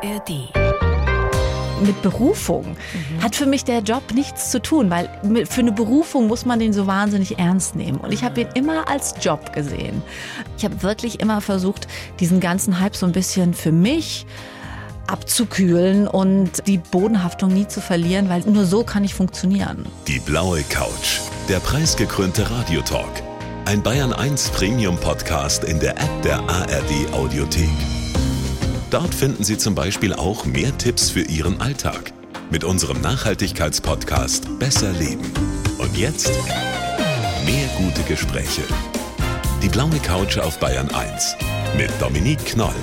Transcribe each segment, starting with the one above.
ARD. Mit Berufung hat für mich der Job nichts zu tun, weil für eine Berufung muss man den so wahnsinnig ernst nehmen. Und ich habe ihn immer als Job gesehen. Ich habe wirklich immer versucht, diesen ganzen Hype so ein bisschen für mich abzukühlen und die Bodenhaftung nie zu verlieren, weil nur so kann ich funktionieren. Die blaue Couch, der preisgekrönte Radiotalk. Ein Bayern 1 Premium-Podcast in der App der ARD Audiothek. Dort finden Sie zum Beispiel auch mehr Tipps für Ihren Alltag mit unserem Nachhaltigkeitspodcast Besser Leben. Und jetzt mehr gute Gespräche. Die blaue Couch auf Bayern 1 mit Dominique Knoll.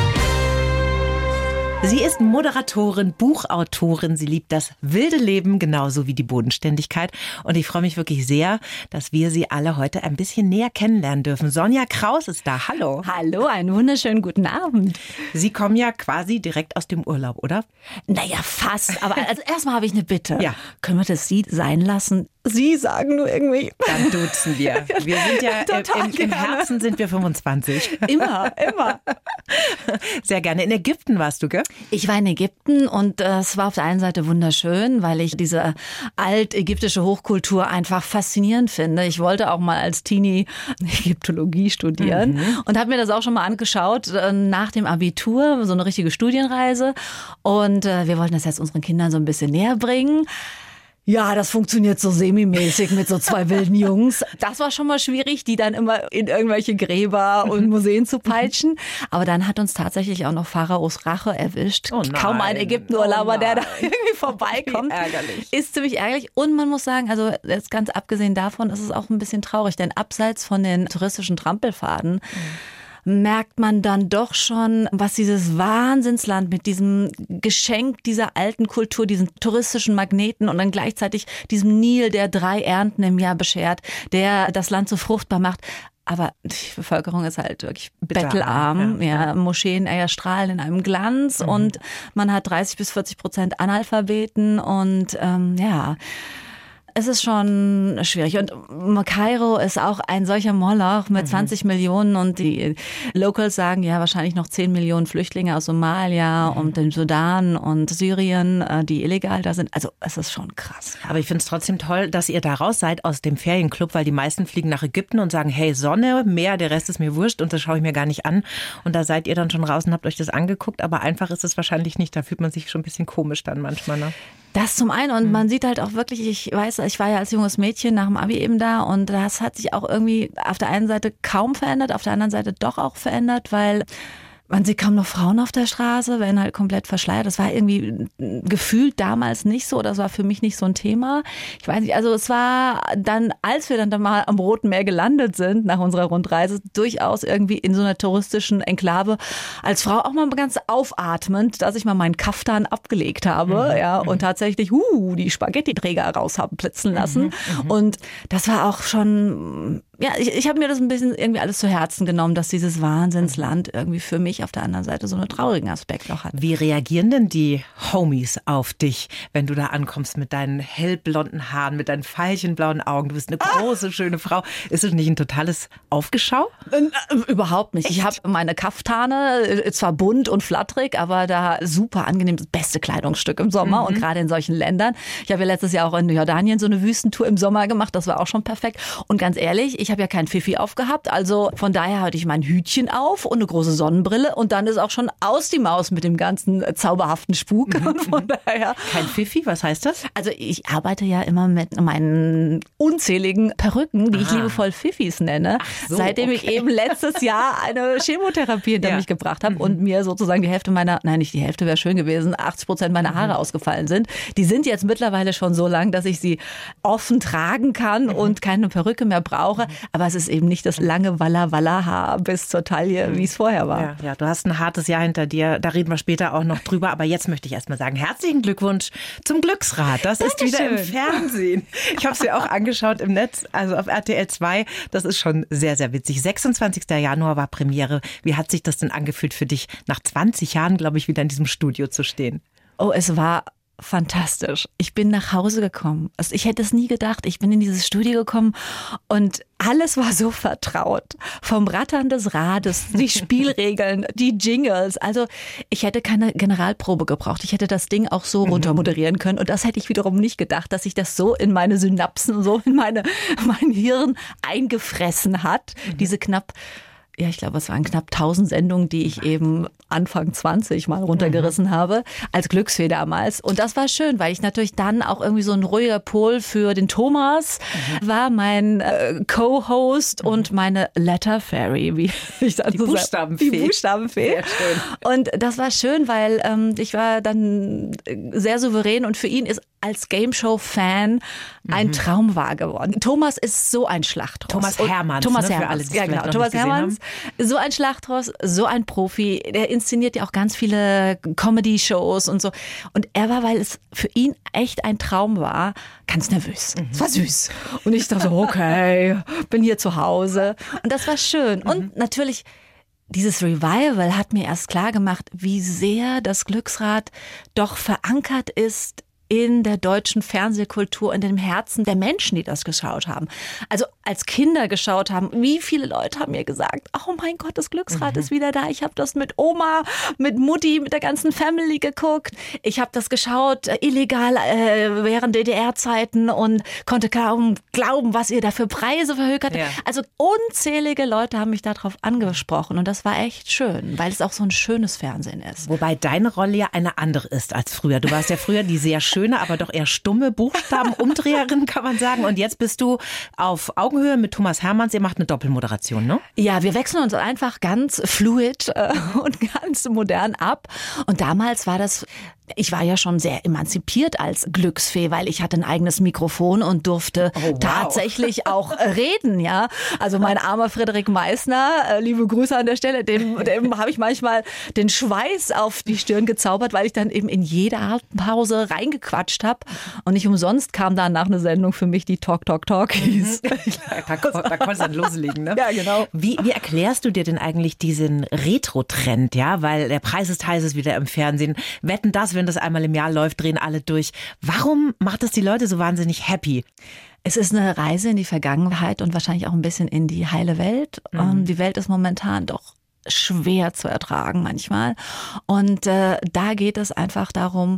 Sie ist Moderatorin, Buchautorin. Sie liebt das wilde Leben genauso wie die Bodenständigkeit. Und ich freue mich wirklich sehr, dass wir Sie alle heute ein bisschen näher kennenlernen dürfen. Sonja Kraus ist da. Hallo. Hallo, einen wunderschönen guten Abend. Sie kommen ja quasi direkt aus dem Urlaub, oder? Naja, fast. Aber also erstmal habe ich eine Bitte. Ja. Können wir das Sie sein lassen? Sie sagen nur irgendwie. Dann duzen wir. Wir sind ja im Herzen sind wir 25. Immer. Sehr gerne. In Ägypten warst du, gell? Ich war in Ägypten und es war auf der einen Seite wunderschön, weil ich diese altägyptische Hochkultur einfach faszinierend finde. Ich wollte auch mal als Teenie Ägyptologie studieren und habe mir das auch schon mal angeschaut nach dem Abitur, so eine richtige Studienreise. Und wir wollten das jetzt unseren Kindern so ein bisschen näher bringen. Ja, das funktioniert so semi-mäßig mit so zwei wilden Jungs. Das war schon mal schwierig, die dann immer in irgendwelche Gräber und Museen zu peitschen. Aber dann hat uns tatsächlich auch noch Pharaos Rache erwischt. Oh nein. Kaum ein Ägyptenurlauber, der da irgendwie vorbeikommt. Ärgerlich. Ist ziemlich ärgerlich. Und man muss sagen, also jetzt ganz abgesehen davon, ist es auch ein bisschen traurig. Denn abseits von den touristischen Trampelfaden merkt man dann doch schon, was dieses Wahnsinnsland mit diesem Geschenk dieser alten Kultur, diesen touristischen Magneten und dann gleichzeitig diesem Nil, der 3 Ernten im Jahr beschert, der das Land so fruchtbar macht. Aber die Bevölkerung ist halt wirklich bettelarm. Ja, Moscheen eher strahlen in einem Glanz und man hat 30-40% Analphabeten und es ist schon schwierig. Und Kairo ist auch ein solcher Moloch mit 20 Millionen und die Locals sagen ja wahrscheinlich noch 10 Millionen Flüchtlinge aus Somalia und dem Sudan und Syrien, die illegal da sind. Also es ist schon krass. Aber ich finde es trotzdem toll, dass ihr da raus seid aus dem Ferienclub, weil die meisten fliegen nach Ägypten und sagen, hey, Sonne, Meer, der Rest ist mir wurscht und das schaue ich mir gar nicht an. Und da seid ihr dann schon raus und habt euch das angeguckt, aber einfach ist es wahrscheinlich nicht. Da fühlt man sich schon ein bisschen komisch dann manchmal, ne? Das zum einen und man sieht halt auch wirklich, ich weiß, ich war ja als junges Mädchen nach dem Abi eben da und das hat sich auch irgendwie auf der einen Seite kaum verändert, auf der anderen Seite doch auch verändert, weil man sieht kaum noch Frauen auf der Straße, werden halt komplett verschleiert. Das war irgendwie gefühlt damals nicht so, das war für mich nicht so ein Thema. Ich weiß nicht, also es war dann, als wir dann da mal am Roten Meer gelandet sind, nach unserer Rundreise, durchaus irgendwie in so einer touristischen Enklave, als Frau auch mal ganz aufatmend, dass ich mal meinen Kaftan abgelegt habe, und tatsächlich die Spaghetti-Träger raus haben plitzen lassen. Und das war auch schon, ich habe mir das ein bisschen irgendwie alles zu Herzen genommen, dass dieses Wahnsinnsland irgendwie für mich auf der anderen Seite so einen traurigen Aspekt auch hat. Wie reagieren denn die Homies auf dich, wenn du da ankommst mit deinen hellblonden Haaren, mit deinen veilchenblauen Augen? Du bist eine große, schöne Frau. Ist es nicht ein totales Aufgeschau? Überhaupt nicht. Echt? Ich habe meine Kaftane, zwar bunt und flatterig, aber da super angenehm, das beste Kleidungsstück im Sommer und gerade in solchen Ländern. Ich habe ja letztes Jahr auch in Jordanien so eine Wüstentour im Sommer gemacht, das war auch schon perfekt. Und ganz ehrlich, ich habe ja kein Pfiffi aufgehabt, also von daher hatte ich mein Hütchen auf und eine große Sonnenbrille und dann ist auch schon aus die Maus mit dem ganzen zauberhaften Spuk. Und von daher. Kein Pfiffi, was heißt das? Also ich arbeite ja immer mit meinen unzähligen Perücken, die ich liebevoll Pfiffis nenne, seitdem ich eben letztes Jahr eine Chemotherapie hinter mich gebracht habe und mir sozusagen die Hälfte nicht die Hälfte wäre schön gewesen, 80% meiner Haare ausgefallen sind. Die sind jetzt mittlerweile schon so lang, dass ich sie offen tragen kann und keine Perücke mehr brauche. Aber es ist eben nicht das lange Walla-Walla-Haar bis zur Taille, wie es vorher war. Ja, du hast ein hartes Jahr hinter dir. Da reden wir später auch noch drüber. Aber jetzt möchte ich erst mal sagen, herzlichen Glückwunsch zum Glücksrad. Das ist wieder im Fernsehen. Ich habe es mir auch angeschaut im Netz, also auf RTL 2. Das ist schon sehr, sehr witzig. 26. Januar war Premiere. Wie hat sich das denn angefühlt für dich, nach 20 Jahren, glaube ich, wieder in diesem Studio zu stehen? Oh, es war fantastisch. Ich bin nach Hause gekommen. Also ich hätte es nie gedacht. Ich bin in dieses Studio gekommen und alles war so vertraut. Vom Rattern des Rades, die Spielregeln, die Jingles. Also ich hätte keine Generalprobe gebraucht. Ich hätte das Ding auch so runtermoderieren können. Und das hätte ich wiederum nicht gedacht, dass sich das so in meine Synapsen, so in mein Hirn eingefressen hat. Diese ich glaube, es waren knapp 1000 Sendungen, die ich eben Anfang 20 mal runtergerissen habe, als Glücksfee damals. Und das war schön, weil ich natürlich dann auch irgendwie so ein ruhiger Pol für den Thomas war, mein Co-Host und meine Letter Fairy, wie ich dann so sage. Die Buchstabenfee. Sehr schön. Und das war schön, weil ich war dann sehr souverän und für ihn ist als Gameshow-Fan ein Traum wahr geworden. Thomas ist so ein Schlachtross. Thomas Hermanns. Thomas ne, Hermanns, ja genau. Thomas Hermanns, so ein Schlachtross, so ein Profi. Der inszeniert ja auch ganz viele Comedy-Shows und so. Und er war, weil es für ihn echt ein Traum war, ganz nervös. Es war süß. Und ich dachte so, okay, bin hier zu Hause. Und das war schön. Und natürlich dieses Revival hat mir erst klar gemacht, wie sehr das Glücksrad doch verankert ist in der deutschen Fernsehkultur, in dem Herzen der Menschen, die das geschaut haben. Also als Kinder geschaut haben, wie viele Leute haben mir gesagt, oh mein Gott, das Glücksrad ist wieder da. Ich habe das mit Oma, mit Mutti, mit der ganzen Family geguckt. Ich habe das geschaut, illegal während DDR-Zeiten und konnte kaum glauben, was ihr da für Preise verhökert. Ja. Also unzählige Leute haben mich darauf angesprochen und das war echt schön, weil es auch so ein schönes Fernsehen ist. Wobei deine Rolle ja eine andere ist als früher. Du warst ja früher die sehr schöne, aber doch eher stumme Buchstabenumdreherin, kann man sagen. Und jetzt bist du auf Augenhöhe mit Thomas Hermanns. Ihr macht eine Doppelmoderation, ne? Ja, wir wechseln uns einfach ganz fluid und ganz modern ab. Und damals war das... Ich war ja schon sehr emanzipiert als Glücksfee, weil ich hatte ein eigenes Mikrofon und durfte tatsächlich auch reden, ja. Also mein armer Frederik Meissner, liebe Grüße an der Stelle, dem habe ich manchmal den Schweiß auf die Stirn gezaubert, weil ich dann eben in jede Atempause reingequatscht habe. Und nicht umsonst kam dann nach einer Sendung für mich die Talk hieß. Da konntest du dann loslegen, ne? Ja, genau. Wie erklärst du dir denn eigentlich diesen Retro-Trend, ja? Weil der Preis ist heiß ist wieder im Fernsehen. Wetten das, wenn das einmal im Jahr läuft, drehen alle durch. Warum macht das die Leute so wahnsinnig happy? Es ist eine Reise in die Vergangenheit und wahrscheinlich auch ein bisschen in die heile Welt. Die Welt ist momentan doch schwer zu ertragen manchmal. Und da geht es einfach darum,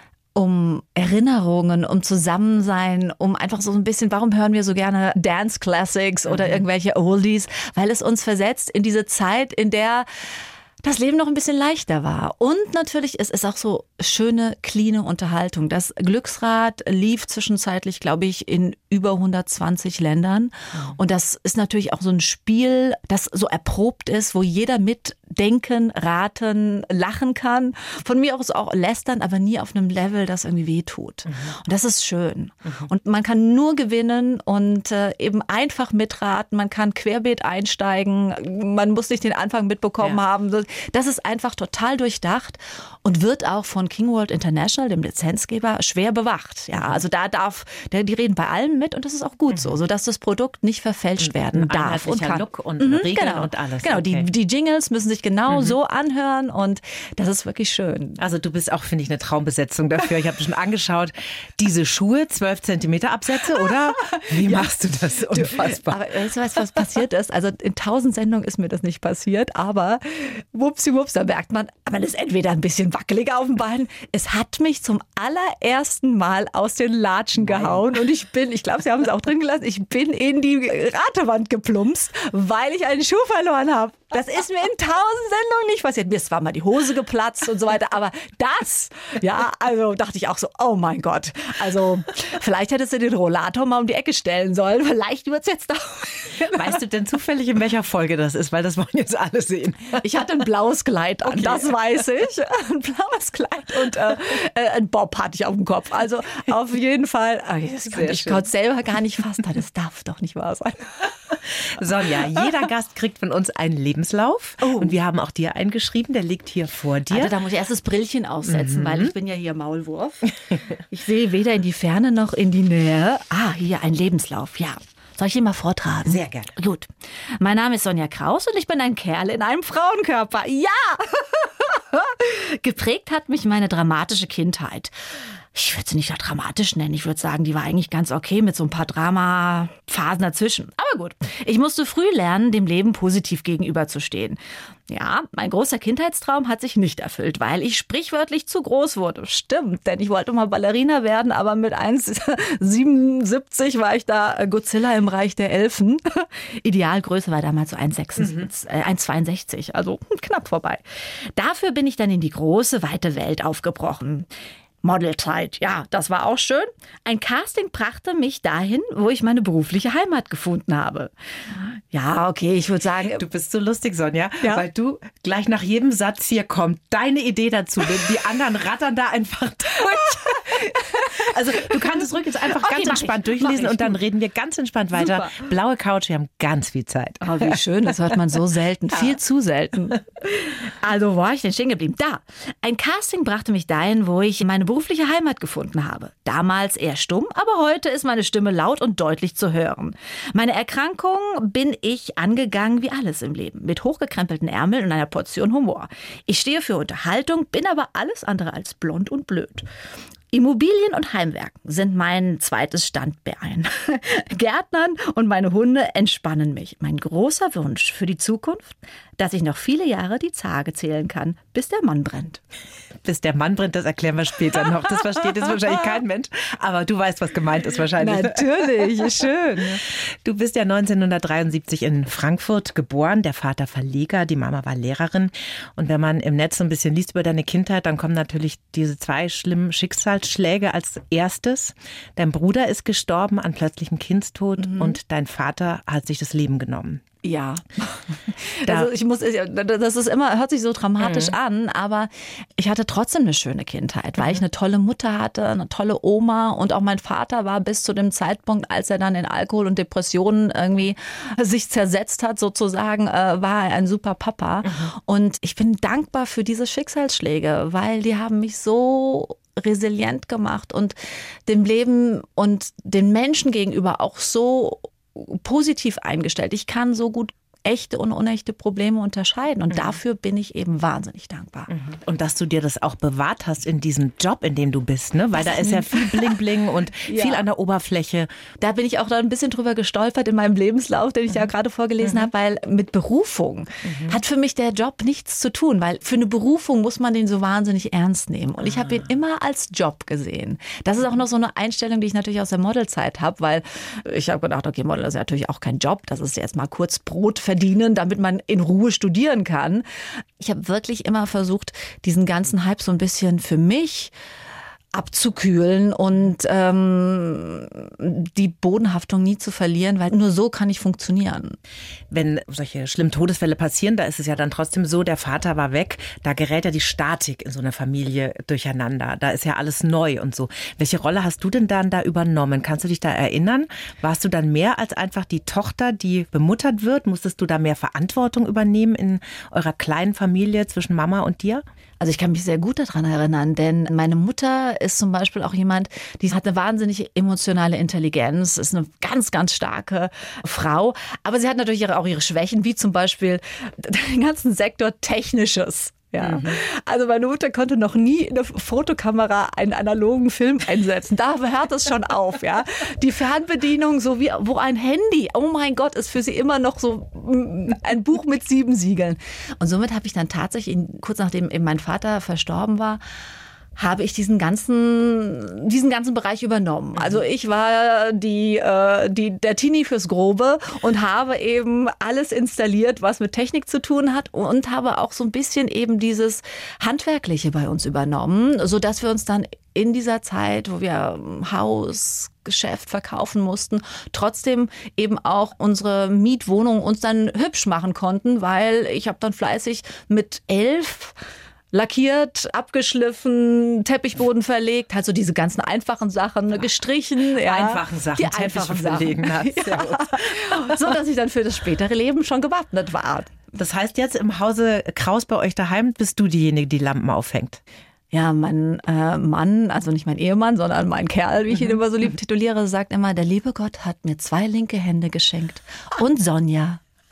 um Erinnerungen, um Zusammensein, um einfach so ein bisschen, warum hören wir so gerne Dance Classics oder irgendwelche Oldies? Weil es uns versetzt in diese Zeit, in der das Leben noch ein bisschen leichter war. Und natürlich, es ist auch so schöne, cleane Unterhaltung. Das Glücksrad lief zwischenzeitlich, glaube ich, in über 120 Ländern. Und das ist natürlich auch so ein Spiel, das so erprobt ist, wo jeder mitdenken, raten, lachen kann. Von mir aus auch lästern, aber nie auf einem Level, das irgendwie wehtut. Und das ist schön. Und man kann nur gewinnen und eben einfach mitraten. Man kann querbeet einsteigen. Man muss nicht den Anfang mitbekommen haben. Das ist einfach total durchdacht und wird auch von King World International, dem Lizenzgeber, schwer bewacht. Ja, also die reden bei allem mit und das ist auch gut so, sodass das Produkt nicht verfälscht werden darf. Und kann. Look und Regeln und alles. Genau, okay. Die Jingles müssen sich genau so anhören und das ist wirklich schön. Also du bist auch, finde ich, eine Traumbesetzung dafür. Ich habe schon angeschaut, diese Schuhe, 12 Zentimeter Absätze, oder? Wie machst du das? Unfassbar. Aber weißt du, was passiert ist? Also in 1000 Sendungen ist mir das nicht passiert, aber wupsiwups, da merkt man ist entweder ein bisschen wackeliger auf dem Bein. Es hat mich zum allerersten Mal aus den Latschen gehauen und ich glaube, Sie haben es auch drin gelassen, ich bin in die Ratewand geplumpst, weil ich einen Schuh verloren habe. Das ist mir in 1000 Sendungen nicht passiert. Mir ist zwar mal die Hose geplatzt und so weiter, aber das, also dachte ich auch so, oh mein Gott. Also vielleicht hättest du den Rollator mal um die Ecke stellen sollen. Vielleicht wird es jetzt auch. Weißt du denn zufällig, in welcher Folge das ist? Weil das wollen jetzt alle sehen. Ich hatte ein blaues Kleid an, das weiß ich. Ein blaues Kleid und ein Bob hatte ich auf dem Kopf. Also auf jeden Fall, ich konnte es selber gar nicht fassen. Das darf doch nicht wahr sein. Sonja, jeder Gast kriegt von uns einen Lebenslauf und wir haben auch dir einen geschrieben, der liegt hier vor dir. Also da muss ich erst das Brillchen aufsetzen, weil ich bin ja hier Maulwurf. Ich sehe weder in die Ferne noch in die Nähe. Hier ein Lebenslauf, ja. Soll ich ihn mal vortragen? Sehr gerne. Gut. Mein Name ist Sonja Kraus und ich bin ein Kerl in einem Frauenkörper. Ja! Geprägt hat mich meine dramatische Kindheit. ich würde sie nicht dramatisch nennen. Ich würde sagen, die war eigentlich ganz okay mit so ein paar Drama-Phasen dazwischen. Aber gut, ich musste früh lernen, dem Leben positiv gegenüberzustehen. Ja, mein großer Kindheitstraum hat sich nicht erfüllt, weil ich sprichwörtlich zu groß wurde. Stimmt, denn ich wollte mal Ballerina werden, aber mit 1,77 war ich da Godzilla im Reich der Elfen. Idealgröße war damals so 1,62, also knapp vorbei. Dafür bin ich dann in die große, weite Welt aufgebrochen. Modelzeit, ja, das war auch schön. Ein Casting brachte mich dahin, wo ich meine berufliche Heimat gefunden habe. Ja, okay, ich würde sagen... Du bist so lustig, Sonja, weil du gleich nach jedem Satz hier kommt deine Idee dazu. Die anderen rattern da einfach durch. Also du kannst es ruhig jetzt einfach ganz entspannt durchlesen und dann reden wir ganz entspannt weiter. Super. Blaue Couch, wir haben ganz viel Zeit. Oh, wie schön, das hört man so selten, viel zu selten. Also, wo war ich denn stehen geblieben? Da, ein Casting brachte mich dahin, wo ich meine berufliche Heimat gefunden habe. Damals eher stumm, aber heute ist meine Stimme laut und deutlich zu hören. Meine Erkrankung bin ich angegangen wie alles im Leben, mit hochgekrempelten Ärmeln und einer Portion Humor. Ich stehe für Unterhaltung, bin aber alles andere als blond und blöd. Immobilien und Heimwerken sind mein zweites Standbein. Gärtnern und meine Hunde entspannen mich. Mein großer Wunsch für die Zukunft, dass ich noch viele Jahre die Tage zählen kann, bis der Mann brennt. Bis der Mann brennt, das erklären wir später noch. Das versteht jetzt wahrscheinlich kein Mensch. Aber du weißt, was gemeint ist wahrscheinlich. Natürlich, schön. Du bist ja 1973 in Frankfurt geboren. Der Vater Verleger, die Mama war Lehrerin. Und wenn man im Netz so ein bisschen liest über deine Kindheit, dann kommen natürlich diese 2 schlimmen Schicksalsschläge als erstes. Dein Bruder ist gestorben an plötzlichem Kindstod und dein Vater hat sich das Leben genommen. Ja, also das ist immer, hört sich so dramatisch an, aber ich hatte trotzdem eine schöne Kindheit, weil ich eine tolle Mutter hatte, eine tolle Oma und auch mein Vater war bis zu dem Zeitpunkt, als er dann in Alkohol und Depressionen irgendwie sich zersetzt hat sozusagen, war er ein super Papa und ich bin dankbar für diese Schicksalsschläge, weil die haben mich so resilient gemacht und dem Leben und den Menschen gegenüber auch so positiv eingestellt. Ich kann so gut echte und unechte Probleme unterscheiden. Und dafür bin ich eben wahnsinnig dankbar. Und dass du dir das auch bewahrt hast in diesem Job, in dem du bist, ne? Weil da ist ja viel Bling-Bling und viel an der Oberfläche. Da bin ich auch da ein bisschen drüber gestolpert in meinem Lebenslauf, den ich ja gerade vorgelesen habe, weil mit Berufung hat für mich der Job nichts zu tun, weil für eine Berufung muss man den so wahnsinnig ernst nehmen. Und ich habe ihn immer als Job gesehen. Das ist auch noch so eine Einstellung, die ich natürlich aus der Modelzeit habe, weil ich habe gedacht, okay, Model ist natürlich auch kein Job, das ist jetzt mal kurz Brot verdienen, damit man in Ruhe studieren kann. Ich habe wirklich immer versucht, diesen ganzen Hype so ein bisschen für mich abzukühlen und die Bodenhaftung nie zu verlieren, weil nur so kann ich funktionieren. Wenn solche schlimmen Todesfälle passieren, da ist es ja dann trotzdem so, der Vater war weg, da gerät ja die Statik in so einer Familie durcheinander. Da ist ja alles neu und so. Welche Rolle hast du denn dann da übernommen? Kannst du dich da erinnern? Warst du dann mehr als einfach die Tochter, die bemuttert wird? Musstest du da mehr Verantwortung übernehmen in eurer kleinen Familie zwischen Mama und dir? Also ich kann mich sehr gut daran erinnern, denn meine Mutter ist zum Beispiel auch jemand, die hat eine wahnsinnig emotionale Intelligenz, ist eine ganz, ganz starke Frau. Aber sie hat natürlich auch ihre Schwächen, wie zum Beispiel den ganzen Sektor Technisches. Ja. Also meine Mutter konnte noch nie in der Fotokamera einen analogen Film einsetzen. Da hört es schon auf. Ja. Die Fernbedienung, so wie wo ein Handy, oh mein Gott, ist für sie immer noch so ein Buch mit 7 Siegeln. Und somit habe ich dann tatsächlich, kurz nachdem eben mein Vater verstorben war, habe ich diesen ganzen Bereich übernommen. Also ich war der Teenie fürs Grobe und habe eben alles installiert, was mit Technik zu tun hat und habe auch so ein bisschen eben dieses Handwerkliche bei uns übernommen, sodass wir uns dann in dieser Zeit, wo wir Haus, Geschäft verkaufen mussten, trotzdem eben auch unsere Mietwohnung uns dann hübsch machen konnten, weil ich habe dann fleißig mit 11 lackiert, abgeschliffen, Teppichboden verlegt, halt so diese ganzen einfachen Sachen, gestrichen. Ja. Einfachen Sachen, die einfachen Sachen verlegen hat. Ja. So, dass ich dann für das spätere Leben schon gewappnet war. Das heißt, jetzt im Hause Kraus bei euch daheim bist du diejenige, die Lampen aufhängt? Ja, mein Mann, also nicht mein Ehemann, sondern mein Kerl, wie ich ihn immer so lieb tituliere, sagt immer, der liebe Gott hat mir 2 linke Hände geschenkt und Sonja.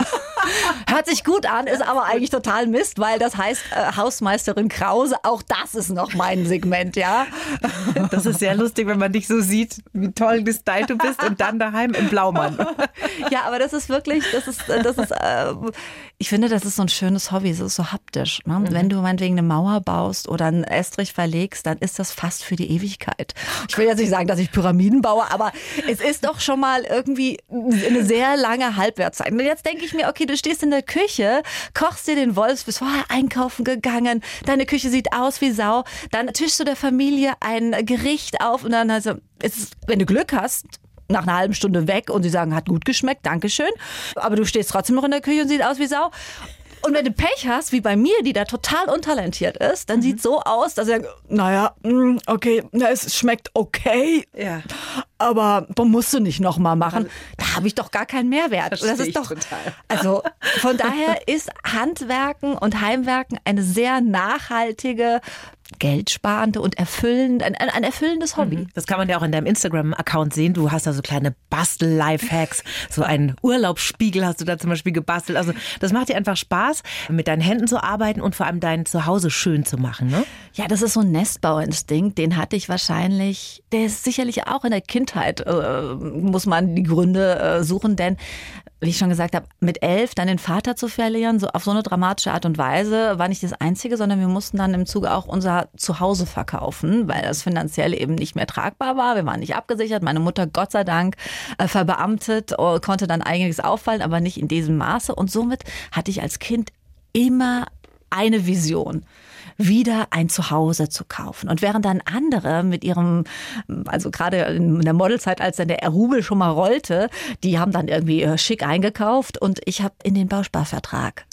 Hört sich gut an, ist aber eigentlich total Mist, weil das heißt Hausmeisterin Krause, auch das ist noch mein Segment, ja. Das ist sehr lustig, wenn man dich so sieht, wie toll gestylt du bist und dann daheim im Blaumann. Ja, aber das ist wirklich, ich finde, das ist so ein schönes Hobby, es ist so haptisch. Ne? Wenn du meinetwegen eine Mauer baust oder einen Estrich verlegst, dann ist das fast für die Ewigkeit. Ich will jetzt nicht sagen, dass ich Pyramiden baue, aber es ist doch schon mal irgendwie eine sehr lange Halbwertszeit. Und jetzt denke ich mir, okay, du stehst in der Küche, kochst dir den Wolf, bist vorher einkaufen gegangen, deine Küche sieht aus wie Sau, dann tischst du der Familie ein Gericht auf und dann wenn du Glück hast, nach einer halben Stunde weg und sie sagen, hat gut geschmeckt, Dankeschön. Aber du stehst trotzdem noch in der Küche und sieht aus wie Sau. Und wenn du Pech hast, wie bei mir, die da total untalentiert ist, dann sieht es so aus, dass sie sagen, naja, okay, es schmeckt okay, aber musst du nicht nochmal machen. Da habe ich doch gar keinen Mehrwert. Das ist doch total. Also von daher ist Handwerken und Heimwerken eine sehr nachhaltige, geldsparende und ein erfüllendes Hobby. Das kann man ja auch in deinem Instagram-Account sehen. Du hast da so kleine Bastel-Lifehacks, so einen Urlaubsspiegel hast du da zum Beispiel gebastelt. Also das macht dir einfach Spaß, mit deinen Händen zu arbeiten und vor allem dein Zuhause schön zu machen, ne? Ja, das ist so ein Nestbauinstinkt, den hatte ich wahrscheinlich, der ist sicherlich auch in der Kindheit, muss man die Gründe suchen, denn wie ich schon gesagt habe, mit 11 dann den Vater zu verlieren, so auf so eine dramatische Art und Weise, war nicht das Einzige, sondern wir mussten dann im Zuge auch unser Zuhause verkaufen, weil das finanziell eben nicht mehr tragbar war. Wir waren nicht abgesichert. Meine Mutter, Gott sei Dank, verbeamtet, konnte dann einiges auffallen, aber nicht in diesem Maße. Und somit hatte ich als Kind immer eine Vision, wieder ein Zuhause zu kaufen. Und während dann andere mit ihrem, also gerade in der Modelzeit, als dann der Rubel schon mal rollte, die haben dann irgendwie schick eingekauft und ich habe in den Bausparvertrag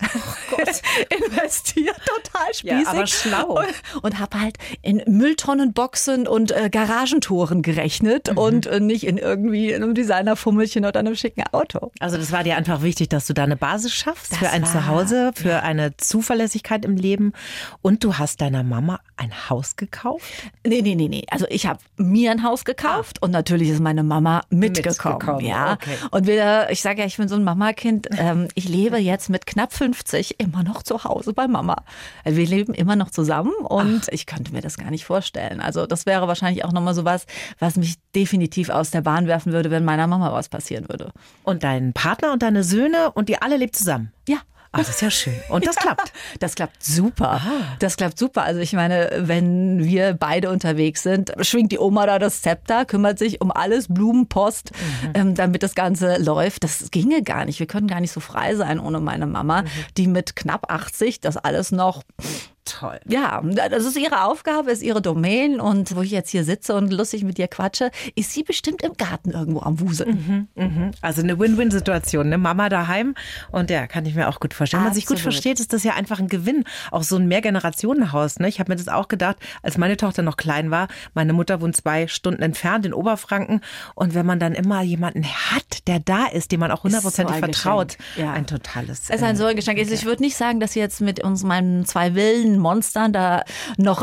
investiert, total spießig. Ja, aber schlau. Und habe halt in Mülltonnenboxen und Garagentoren gerechnet und nicht in irgendwie einem Designerfummelchen oder einem schicken Auto. Also das war dir einfach wichtig, dass du da eine Basis schaffst für ein Zuhause, für eine Zuverlässigkeit im Leben. Und du hast deiner Mama ein Haus gekauft? Nee. Also ich habe mir ein Haus gekauft und natürlich ist meine Mama mitgekommen. Ja. Okay. Und ich sage ja, ich bin so ein Mamakind. Ich lebe jetzt mit knapp 50 immer noch zu Hause bei Mama. Wir leben immer noch zusammen und ich könnte mir das gar nicht vorstellen. Also das wäre wahrscheinlich auch nochmal so was mich definitiv aus der Bahn werfen würde, wenn meiner Mama was passieren würde. Und dein Partner und deine Söhne und ihr alle lebt zusammen? Ja. Ach, das ist ja schön. Und das klappt? Das klappt super. Das klappt super. Also ich meine, wenn wir beide unterwegs sind, schwingt die Oma da das Zepter, kümmert sich um alles, Blumenpost, damit das Ganze läuft. Das ginge gar nicht. Wir können gar nicht so frei sein ohne meine Mama, die mit knapp 80 das alles noch... Toll. Ja, das ist ihre Aufgabe, ist ihre Domain und wo ich jetzt hier sitze und lustig mit dir quatsche, ist sie bestimmt im Garten irgendwo am Wuseln. Also eine Win-Win-Situation, ne? Mama daheim und ja, kann ich mir auch gut vorstellen. Wenn man sich gut versteht, ist das ja einfach ein Gewinn. Auch so ein Mehrgenerationenhaus, ne? Ich habe mir das auch gedacht, als meine Tochter noch klein war. Meine Mutter wohnt 2 Stunden entfernt in Oberfranken und wenn man dann immer jemanden hat, der da ist, dem man auch 100%ig vertraut, ein totales. Es ist ein so ein Geschenk. Ich würde nicht sagen, dass sie jetzt mit uns meinen 2 wilden Monstern da noch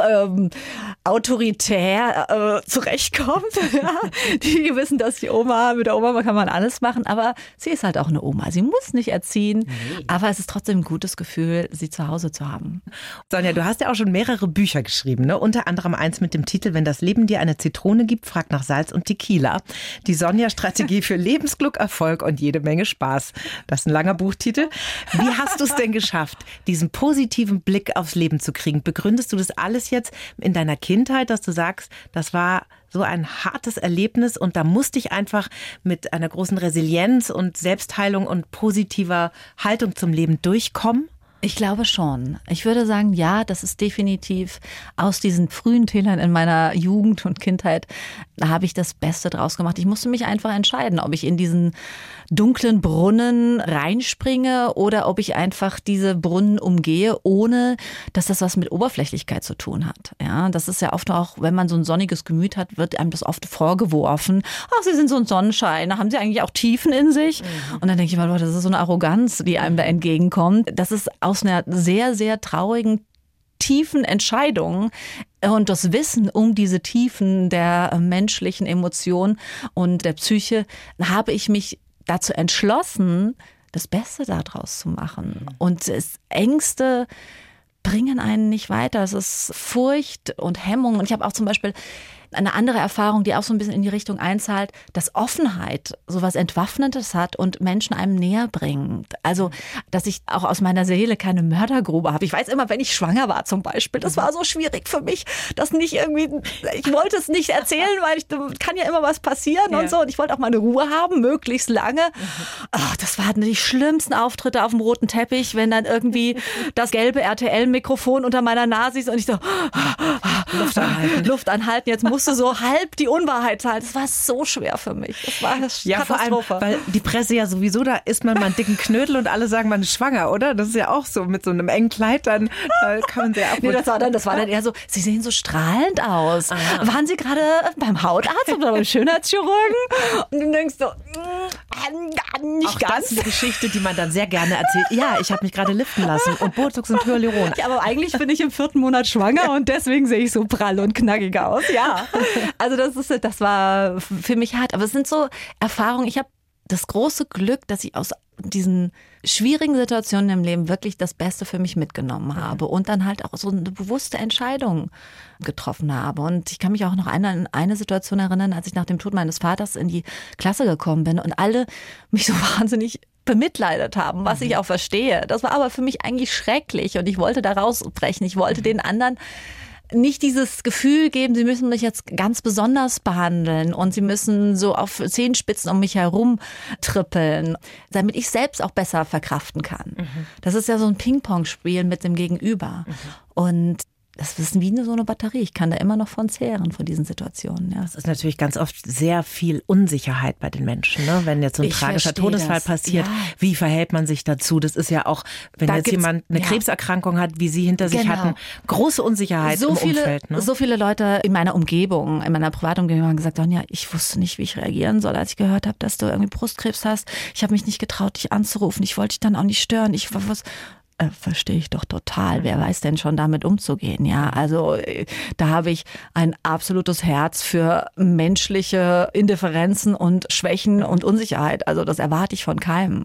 autoritär zurechtkommt. Ja. Die wissen, dass mit der Oma kann man alles machen, aber sie ist halt auch eine Oma. Sie muss nicht erziehen, aber es ist trotzdem ein gutes Gefühl, sie zu Hause zu haben. Sonja, du hast ja auch schon mehrere Bücher geschrieben, ne? Unter anderem eins mit dem Titel Wenn das Leben dir eine Zitrone gibt, frag nach Salz und Tequila. Die Sonja-Strategie für Lebensglück, Erfolg und jede Menge Spaß. Das ist ein langer Buchtitel. Wie hast du es denn geschafft, diesen positiven Blick aufs Leben zu kriegen? Begründest du das alles jetzt in deiner Kindheit, dass du sagst, das war so ein hartes Erlebnis und da musste ich einfach mit einer großen Resilienz und Selbstheilung und positiver Haltung zum Leben durchkommen? Ich glaube schon. Ich würde sagen, ja, das ist definitiv aus diesen frühen Tälern in meiner Jugend und Kindheit, da habe ich das Beste draus gemacht. Ich musste mich einfach entscheiden, ob ich in diesen dunklen Brunnen reinspringe oder ob ich einfach diese Brunnen umgehe, ohne dass das was mit Oberflächlichkeit zu tun hat. Ja, das ist ja oft auch, wenn man so ein sonniges Gemüt hat, wird einem das oft vorgeworfen. Ach, Sie sind so ein Sonnenschein, haben Sie eigentlich auch Tiefen in sich? Und dann denke ich mal, das ist so eine Arroganz, die einem da entgegenkommt. Das ist aus einer sehr, sehr traurigen, tiefen Entscheidung und das Wissen um diese Tiefen der menschlichen Emotionen und der Psyche habe ich mich dazu entschlossen, das Beste daraus zu machen. Und Ängste bringen einen nicht weiter. Es ist Furcht und Hemmung. Und ich habe auch zum Beispiel eine andere Erfahrung, die auch so ein bisschen in die Richtung einzahlt, dass Offenheit sowas Entwaffnendes hat und Menschen einem näher bringt. Also, dass ich auch aus meiner Seele keine Mördergrube habe. Ich weiß immer, wenn ich schwanger war zum Beispiel, das war so schwierig für mich, dass nicht irgendwie, ich wollte es nicht erzählen, weil kann ja immer was passieren und so. Und ich wollte auch meine Ruhe haben, möglichst lange. Ach, das waren die schlimmsten Auftritte auf dem roten Teppich, wenn dann irgendwie das gelbe RTL-Mikrofon unter meiner Nase ist und ich so, Luft anhalten, jetzt musst du so halb die Unwahrheit sagen. Das war so schwer für mich. Das war eine Katastrophe. Vor allem, weil die Presse ja sowieso, da isst man mal einen dicken Knödel und alle sagen, man ist schwanger, oder? Das ist ja auch so, mit so einem engen Kleid, dann da kann man sehr das war dann eher so, Sie sehen so strahlend aus. Waren Sie gerade beim Hautarzt oder beim Schönheitschirurgen? Und du denkst so, nicht auch ganz. Das ist eine Geschichte, die man dann sehr gerne erzählt. Ja, ich habe mich gerade liften lassen und Botox und Hyaluron. Ja, aber eigentlich bin ich im 4. Monat schwanger und deswegen sehe ich so prall und knackig aus. Ja, also das war für mich hart. Aber es sind so Erfahrungen. Ich habe das große Glück, dass ich aus diesen schwierigen Situationen im Leben wirklich das Beste für mich mitgenommen habe und dann halt auch so eine bewusste Entscheidung getroffen habe. Und ich kann mich auch noch an eine Situation erinnern, als ich nach dem Tod meines Vaters in die Klasse gekommen bin und alle mich so wahnsinnig bemitleidet haben, was ich auch verstehe. Das war aber für mich eigentlich schrecklich und ich wollte da rausbrechen. Ich wollte den anderen nicht dieses Gefühl geben, sie müssen mich jetzt ganz besonders behandeln und sie müssen so auf Zehenspitzen um mich herum trippeln, damit ich selbst auch besser verkraften kann. Das ist ja so ein Ping-Pong-Spiel mit dem Gegenüber. Und das ist wie so eine Batterie. Ich kann da immer noch von zehren, von diesen Situationen. Ja. Das ist natürlich ganz oft sehr viel Unsicherheit bei den Menschen, ne? Wenn jetzt so ein tragischer Todesfall passiert, wie verhält man sich dazu? Das ist ja auch, wenn jetzt jemand eine Krebserkrankung hat, wie Sie hinter sich hatten, große Unsicherheit im Umfeld. Ne? So viele Leute in meiner Umgebung, in meiner Privatumgebung haben gesagt, ja, ich wusste nicht, wie ich reagieren soll, als ich gehört habe, dass du irgendwie Brustkrebs hast. Ich habe mich nicht getraut, dich anzurufen. Ich wollte dich dann auch nicht stören. Verstehe ich doch total. Wer weiß denn schon damit umzugehen? Ja, also da habe ich ein absolutes Herz für menschliche Indifferenzen und Schwächen und Unsicherheit. Also das erwarte ich von keinem.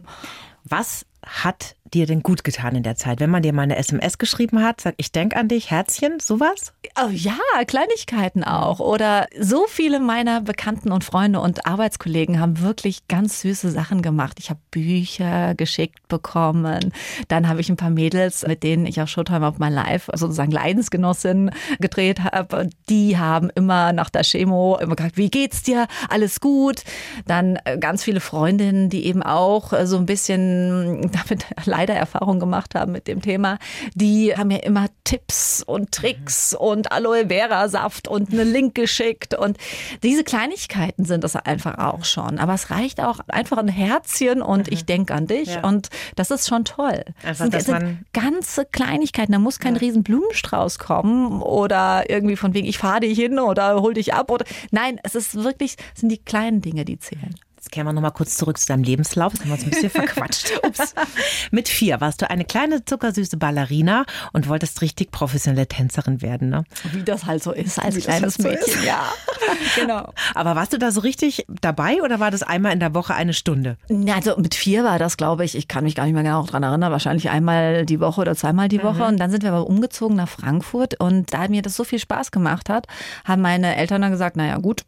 Was hat dir denn gut getan in der Zeit? Wenn man dir mal eine SMS geschrieben hat, sag ich denk an dich, Herzchen, sowas? Oh ja, Kleinigkeiten auch. Oder so viele meiner Bekannten und Freunde und Arbeitskollegen haben wirklich ganz süße Sachen gemacht. Ich habe Bücher geschickt bekommen. Dann habe ich ein paar Mädels, mit denen ich auch Showtime auf My Life, sozusagen Leidensgenossin gedreht habe. Die haben immer nach der Chemo immer gesagt, wie geht's dir? Alles gut? Dann ganz viele Freundinnen, die eben auch so ein bisschen damit leider Erfahrung gemacht haben mit dem Thema, die haben mir immer Tipps und Tricks und Aloe Vera Saft und einen Link geschickt und diese Kleinigkeiten sind das einfach auch schon. Aber es reicht auch einfach ein Herzchen und ich denke an dich und das ist schon toll. Einfach, das sind ganze Kleinigkeiten, da muss kein riesen Blumenstrauß kommen oder irgendwie von wegen, ich fahre dich hin oder hol dich ab. Nein, es ist wirklich, es sind die kleinen Dinge, die zählen. Jetzt kehren wir nochmal kurz zurück zu deinem Lebenslauf. Das haben wir uns ein bisschen verquatscht. Ups. Mit 4 warst du eine kleine, zuckersüße Ballerina und wolltest richtig professionelle Tänzerin werden, ne? Wie das halt so ist als kleines Mädchen, ja. Genau. Aber warst du da so richtig dabei oder war das einmal in der Woche eine Stunde? Also mit 4 war das, glaube ich, kann mich gar nicht mehr genau dran erinnern, wahrscheinlich einmal die Woche oder zweimal die Woche. Und dann sind wir aber umgezogen nach Frankfurt und da mir das so viel Spaß gemacht hat, haben meine Eltern dann gesagt, naja gut,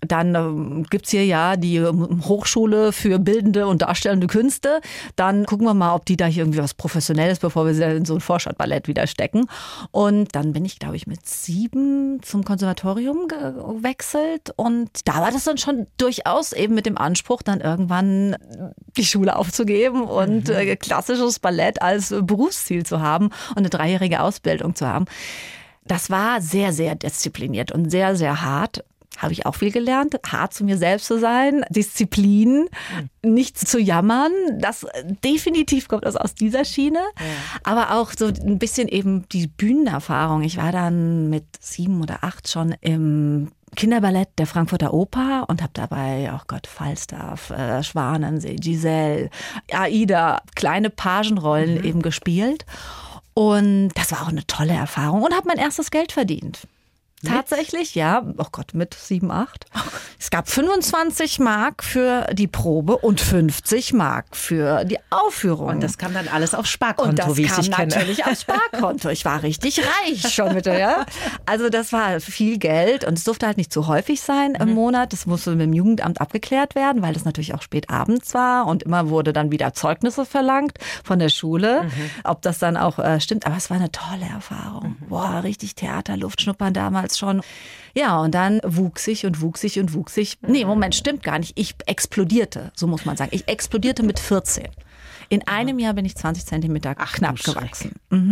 dann gibt's hier ja die Hochschule für bildende und darstellende Künste. Dann gucken wir mal, ob die da hier irgendwie was Professionelles, bevor wir sie in so ein Vorstadtballett wieder stecken. Und dann bin ich, glaube ich, mit 7 zum Konservatorium gewechselt. Und da war das dann schon durchaus eben mit dem Anspruch, dann irgendwann die Schule aufzugeben und klassisches Ballett als Berufsziel zu haben und eine 3-jährige Ausbildung zu haben. Das war sehr, sehr diszipliniert und sehr, sehr hart. Habe ich auch viel gelernt, hart zu mir selbst zu sein, Disziplin, nichts zu jammern. Das definitiv kommt aus dieser Schiene. Ja. Aber auch so ein bisschen eben die Bühnenerfahrung. Ich war dann mit 7 oder 8 schon im Kinderballett der Frankfurter Oper und habe dabei, Falstaff, Schwanensee, Giselle, Aida, kleine Pagenrollen eben gespielt. Und das war auch eine tolle Erfahrung und habe mein erstes Geld verdient. Tatsächlich, ja. Oh Gott, mit 7, 8. Es gab 25 Mark für die Probe und 50 Mark für die Aufführung. Und das kam dann alles aufs Sparkonto, wie ich dich kenne. Das kam natürlich aufs Sparkonto. Ich war richtig reich schon mit ja. Also das war viel Geld und es durfte halt nicht zu häufig sein im Monat. Das musste mit dem Jugendamt abgeklärt werden, weil das natürlich auch spät abends war und immer wurde dann wieder Zeugnisse verlangt von der Schule, ob das dann auch stimmt. Aber es war eine tolle Erfahrung. Boah, richtig Theaterluft schnuppern damals schon. Ja, und dann wuchs ich. Nee, Moment, stimmt gar nicht. Ich explodierte, so muss man sagen. Ich explodierte mit 14. In einem Jahr bin ich 20 Zentimeter knapp gewachsen.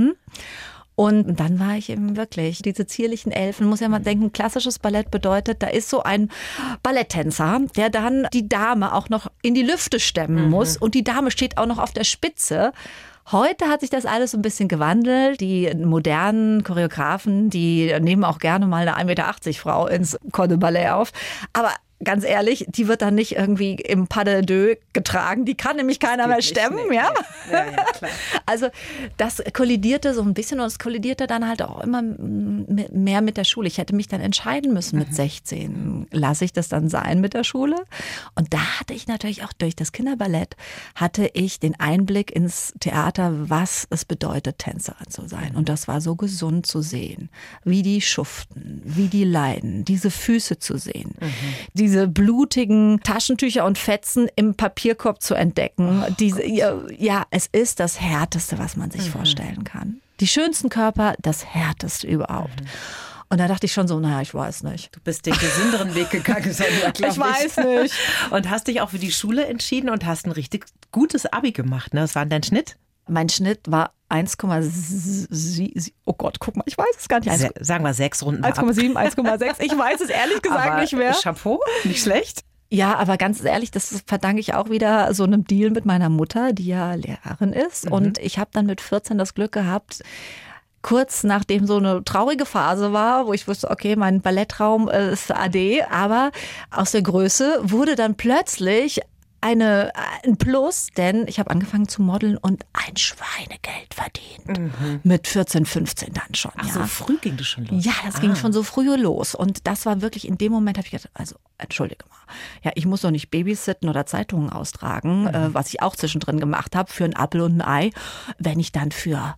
Und dann war ich eben wirklich diese zierlichen Elfen. Muss ja mal denken, klassisches Ballett bedeutet, da ist so ein Balletttänzer, der dann die Dame auch noch in die Lüfte stemmen muss. Und die Dame steht auch noch auf der Spitze. Heute hat sich das alles so ein bisschen gewandelt. Die modernen Choreografen, die nehmen auch gerne mal eine 1,80 Meter Frau ins Corps de Ballet auf. Aber ganz ehrlich, die wird dann nicht irgendwie im Pas de deux getragen. Die kann nämlich keiner mehr stemmen. Nee. Ja, klar. Also das kollidierte so ein bisschen und es kollidierte dann halt auch immer mehr mit der Schule. Ich hätte mich dann entscheiden müssen mit 16. Lasse ich das dann sein mit der Schule? Und da hatte ich natürlich auch durch das Kinderballett hatte ich den Einblick ins Theater, was es bedeutet, Tänzerin zu sein. Und das war so gesund zu sehen, wie die schuften, wie die leiden, diese Füße zu sehen, diese blutigen Taschentücher und Fetzen im Papierkorb zu entdecken. Es ist das Härteste, was man sich vorstellen kann. Die schönsten Körper, das Härteste überhaupt. Und da dachte ich schon so, naja, ich weiß nicht. Du bist den gesünderen Weg gegangen, Sonja, glaube ich. Ich weiß nicht. Und hast dich auch für die Schule entschieden und hast ein richtig gutes Abi gemacht, ne? Was war denn dein Schnitt? Mein Schnitt war 1,7. Oh Gott, guck mal, ich weiß es gar nicht. Sagen wir 6 Runden 1,7, 1,6. Ich weiß es ehrlich gesagt aber nicht mehr. Chapeau, nicht schlecht. Ja, aber ganz ehrlich, das verdanke ich auch wieder so einem Deal mit meiner Mutter, die ja Lehrerin ist. Und ich habe dann mit 14 das Glück gehabt, kurz nachdem so eine traurige Phase war, wo ich wusste, okay, mein Ballettraum ist AD, aber aus der Größe wurde dann plötzlich ein Plus, denn ich habe angefangen zu modeln und ein Schweinegeld verdient. Mit 14, 15 dann schon. Ach, so früh ging das schon los? Ja, das ging schon so früh los. Und das war wirklich, in dem Moment habe ich gedacht, also entschuldige mal, ja, ich muss doch nicht babysitten oder Zeitungen austragen, was ich auch zwischendrin gemacht habe, für ein Apfel und ein Ei, wenn ich dann für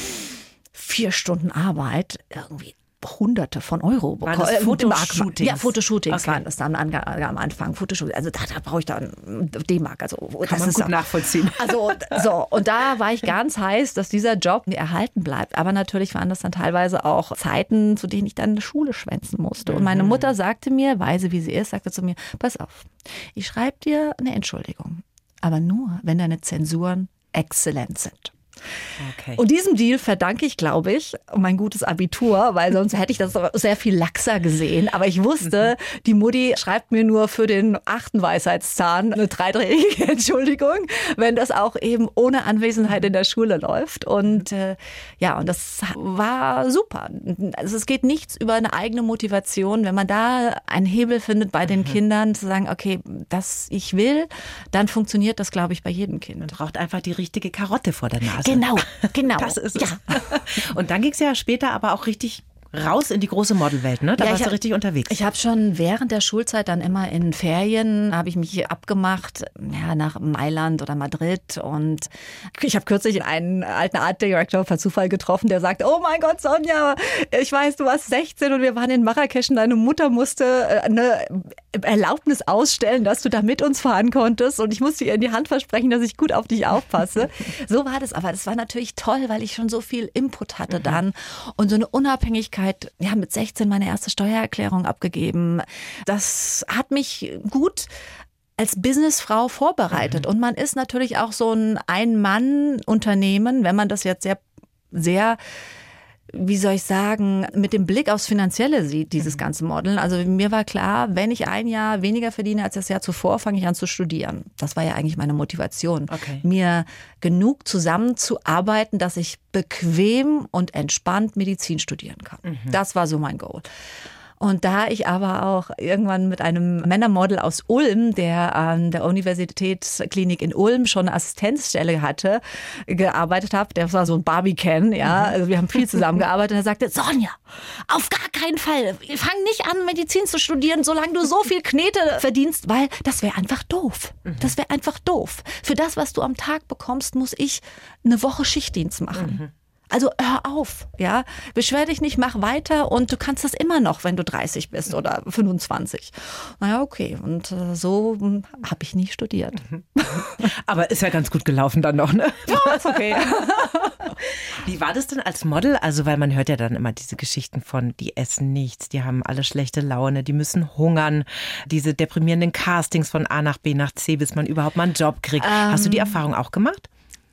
4 Stunden Arbeit irgendwie Hunderte von Euro bekommen. War das Fotoshootings? Ja, Fotoshootings waren das dann am Anfang. Fotoshootings, also da brauche ich dann D-Mark. Also, kann man gut nachvollziehen. Also so, und da war ich ganz heiß, dass dieser Job erhalten bleibt. Aber natürlich waren das dann teilweise auch Zeiten, zu denen ich dann Schule schwänzen musste. Und meine Mutter sagte mir, weise wie sie ist, sagte zu mir, pass auf, ich schreibe dir eine Entschuldigung. Aber nur, wenn deine Zensuren exzellent sind. Okay. Und diesem Deal verdanke ich, glaube ich, mein gutes Abitur, weil sonst hätte ich das sehr viel laxer gesehen. Aber ich wusste, die Mutti schreibt mir nur für den 8. Weisheitszahn eine 3-tägige Entschuldigung, wenn das auch eben ohne Anwesenheit in der Schule läuft. Und und das war super. Also es geht nichts über eine eigene Motivation. Wenn man da einen Hebel findet bei den Kindern, zu sagen, okay, das ich will, dann funktioniert das, glaube ich, bei jedem Kind. Man braucht einfach die richtige Karotte vor der Nase. Genau. Das ist es. Ja. Und dann ging es ja später aber auch richtig raus in die große Modelwelt, ne? Da warst du richtig unterwegs. Ich habe schon während der Schulzeit dann immer in Ferien, habe ich mich abgemacht, nach Mailand oder Madrid. Und ich habe kürzlich einen alten Art Director per Zufall getroffen, der sagt, oh mein Gott, Sonja, ich weiß, du warst 16 und wir waren in Marrakesch und deine Mutter musste eine Erlaubnis ausstellen, dass du da mit uns fahren konntest. Und ich musste ihr in die Hand versprechen, dass ich gut auf dich aufpasse. So war das. Aber das war natürlich toll, weil ich schon so viel Input hatte dann und so eine Unabhängigkeit. Mit 16 meine erste Steuererklärung abgegeben. Das hat mich gut als Businessfrau vorbereitet. Und man ist natürlich auch so ein Ein-Mann-Unternehmen, wenn man das jetzt sehr, sehr, wie soll ich sagen, mit dem Blick aufs Finanzielle sieht, dieses ganze Modeln. Also mir war klar, wenn ich ein Jahr weniger verdiene als das Jahr zuvor, fange ich an zu studieren. Das war ja eigentlich meine Motivation. Okay. Mir genug zusammenzuarbeiten, dass ich bequem und entspannt Medizin studieren kann. Das war so mein Goal. Und da ich aber auch irgendwann mit einem Männermodel aus Ulm, der an der Universitätsklinik in Ulm schon eine Assistenzstelle hatte, gearbeitet habe, der war so ein Barbie-Ken, ja, also wir haben viel zusammengearbeitet und er sagte, Sonja, auf gar keinen Fall, fang nicht an, Medizin zu studieren, solange du so viel Knete verdienst, weil das wäre einfach doof. Das wäre einfach doof. Für das, was du am Tag bekommst, muss ich eine Woche Schichtdienst machen. Also hör auf, ja, beschwer dich nicht, mach weiter und du kannst das immer noch, wenn du 30 bist oder 25. Naja, okay, und so habe ich nie studiert. Aber ist ja ganz gut gelaufen dann noch, ne? Ja, ist okay. Wie war das denn als Model? Also, weil man hört ja dann immer diese Geschichten von, die essen nichts, die haben alle schlechte Laune, die müssen hungern, diese deprimierenden Castings von A nach B nach C, bis man überhaupt mal einen Job kriegt. Hast du die Erfahrung auch gemacht?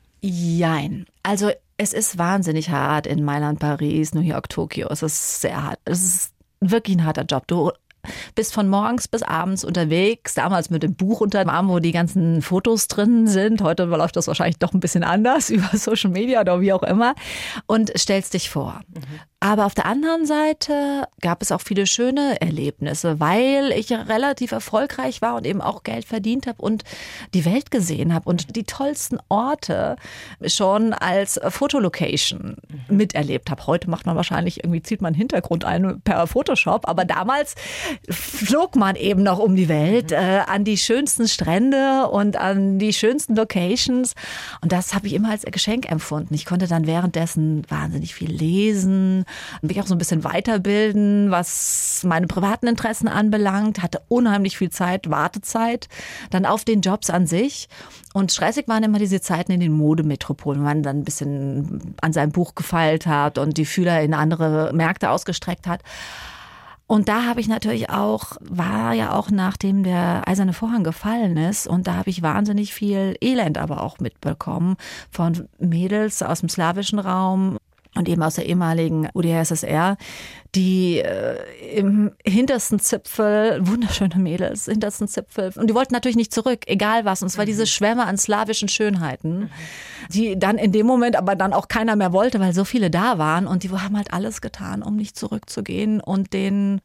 Jein. Also es ist wahnsinnig hart in Mailand, Paris, New York, Tokio. Es ist sehr hart. Es ist wirklich ein harter Job. Du bist von morgens bis abends unterwegs, damals mit dem Buch unter dem Arm, wo die ganzen Fotos drin sind. Heute läuft das wahrscheinlich doch ein bisschen anders über Social Media oder wie auch immer und stellst dich vor. Aber auf der anderen Seite gab es auch viele schöne Erlebnisse, weil ich relativ erfolgreich war und eben auch Geld verdient habe und die Welt gesehen habe und die tollsten Orte schon als Fotolocation miterlebt habe. Heute macht man wahrscheinlich irgendwie, zieht man einen Hintergrund ein per Photoshop, aber damals flog man eben noch um die Welt an die schönsten Strände und an die schönsten Locations und das habe ich immer als Geschenk empfunden. Ich konnte dann währenddessen wahnsinnig viel lesen, mich auch so ein bisschen weiterbilden, was meine privaten Interessen anbelangt, hatte unheimlich viel Zeit, Wartezeit, dann auf den Jobs an sich. Und stressig waren immer diese Zeiten in den Modemetropolen, wo man dann ein bisschen an seinem Buch gefeilt hat und die Fühler in andere Märkte ausgestreckt hat. Und da habe ich natürlich auch, war ja auch nachdem der Eiserne Vorhang gefallen ist und da habe ich wahnsinnig viel Elend aber auch mitbekommen von Mädels aus dem slawischen Raum und eben aus der ehemaligen UdSSR, die im hintersten Zipfel, wunderschöne Mädels, hintersten Zipfel, und die wollten natürlich nicht zurück, egal was. Und es war diese Schwämme an slawischen Schönheiten, die dann in dem Moment aber dann auch keiner mehr wollte, weil so viele da waren. Und die haben halt alles getan, um nicht zurückzugehen und den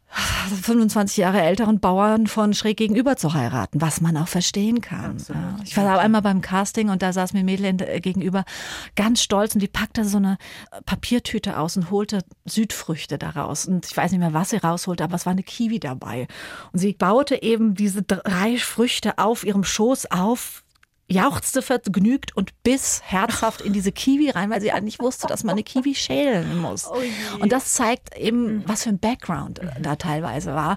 25 Jahre älteren Bauern von schräg gegenüber zu heiraten, was man auch verstehen kann. Ja. Ich war aber einmal beim Casting und da saß mir ein Mädel gegenüber, ganz stolz, und die packte so eine Papiertüte aus und holte Südfrüchte daraus. Und ich weiß nicht mehr, was sie rausholte, aber es war eine Kiwi dabei. Und sie baute eben diese 3 Früchte auf ihrem Schoß auf, jauchzte vergnügt und biss herzhaft in diese Kiwi rein, weil sie eigentlich wusste, dass man eine Kiwi schälen muss. Oh, und das zeigt eben, was für ein Background da teilweise war.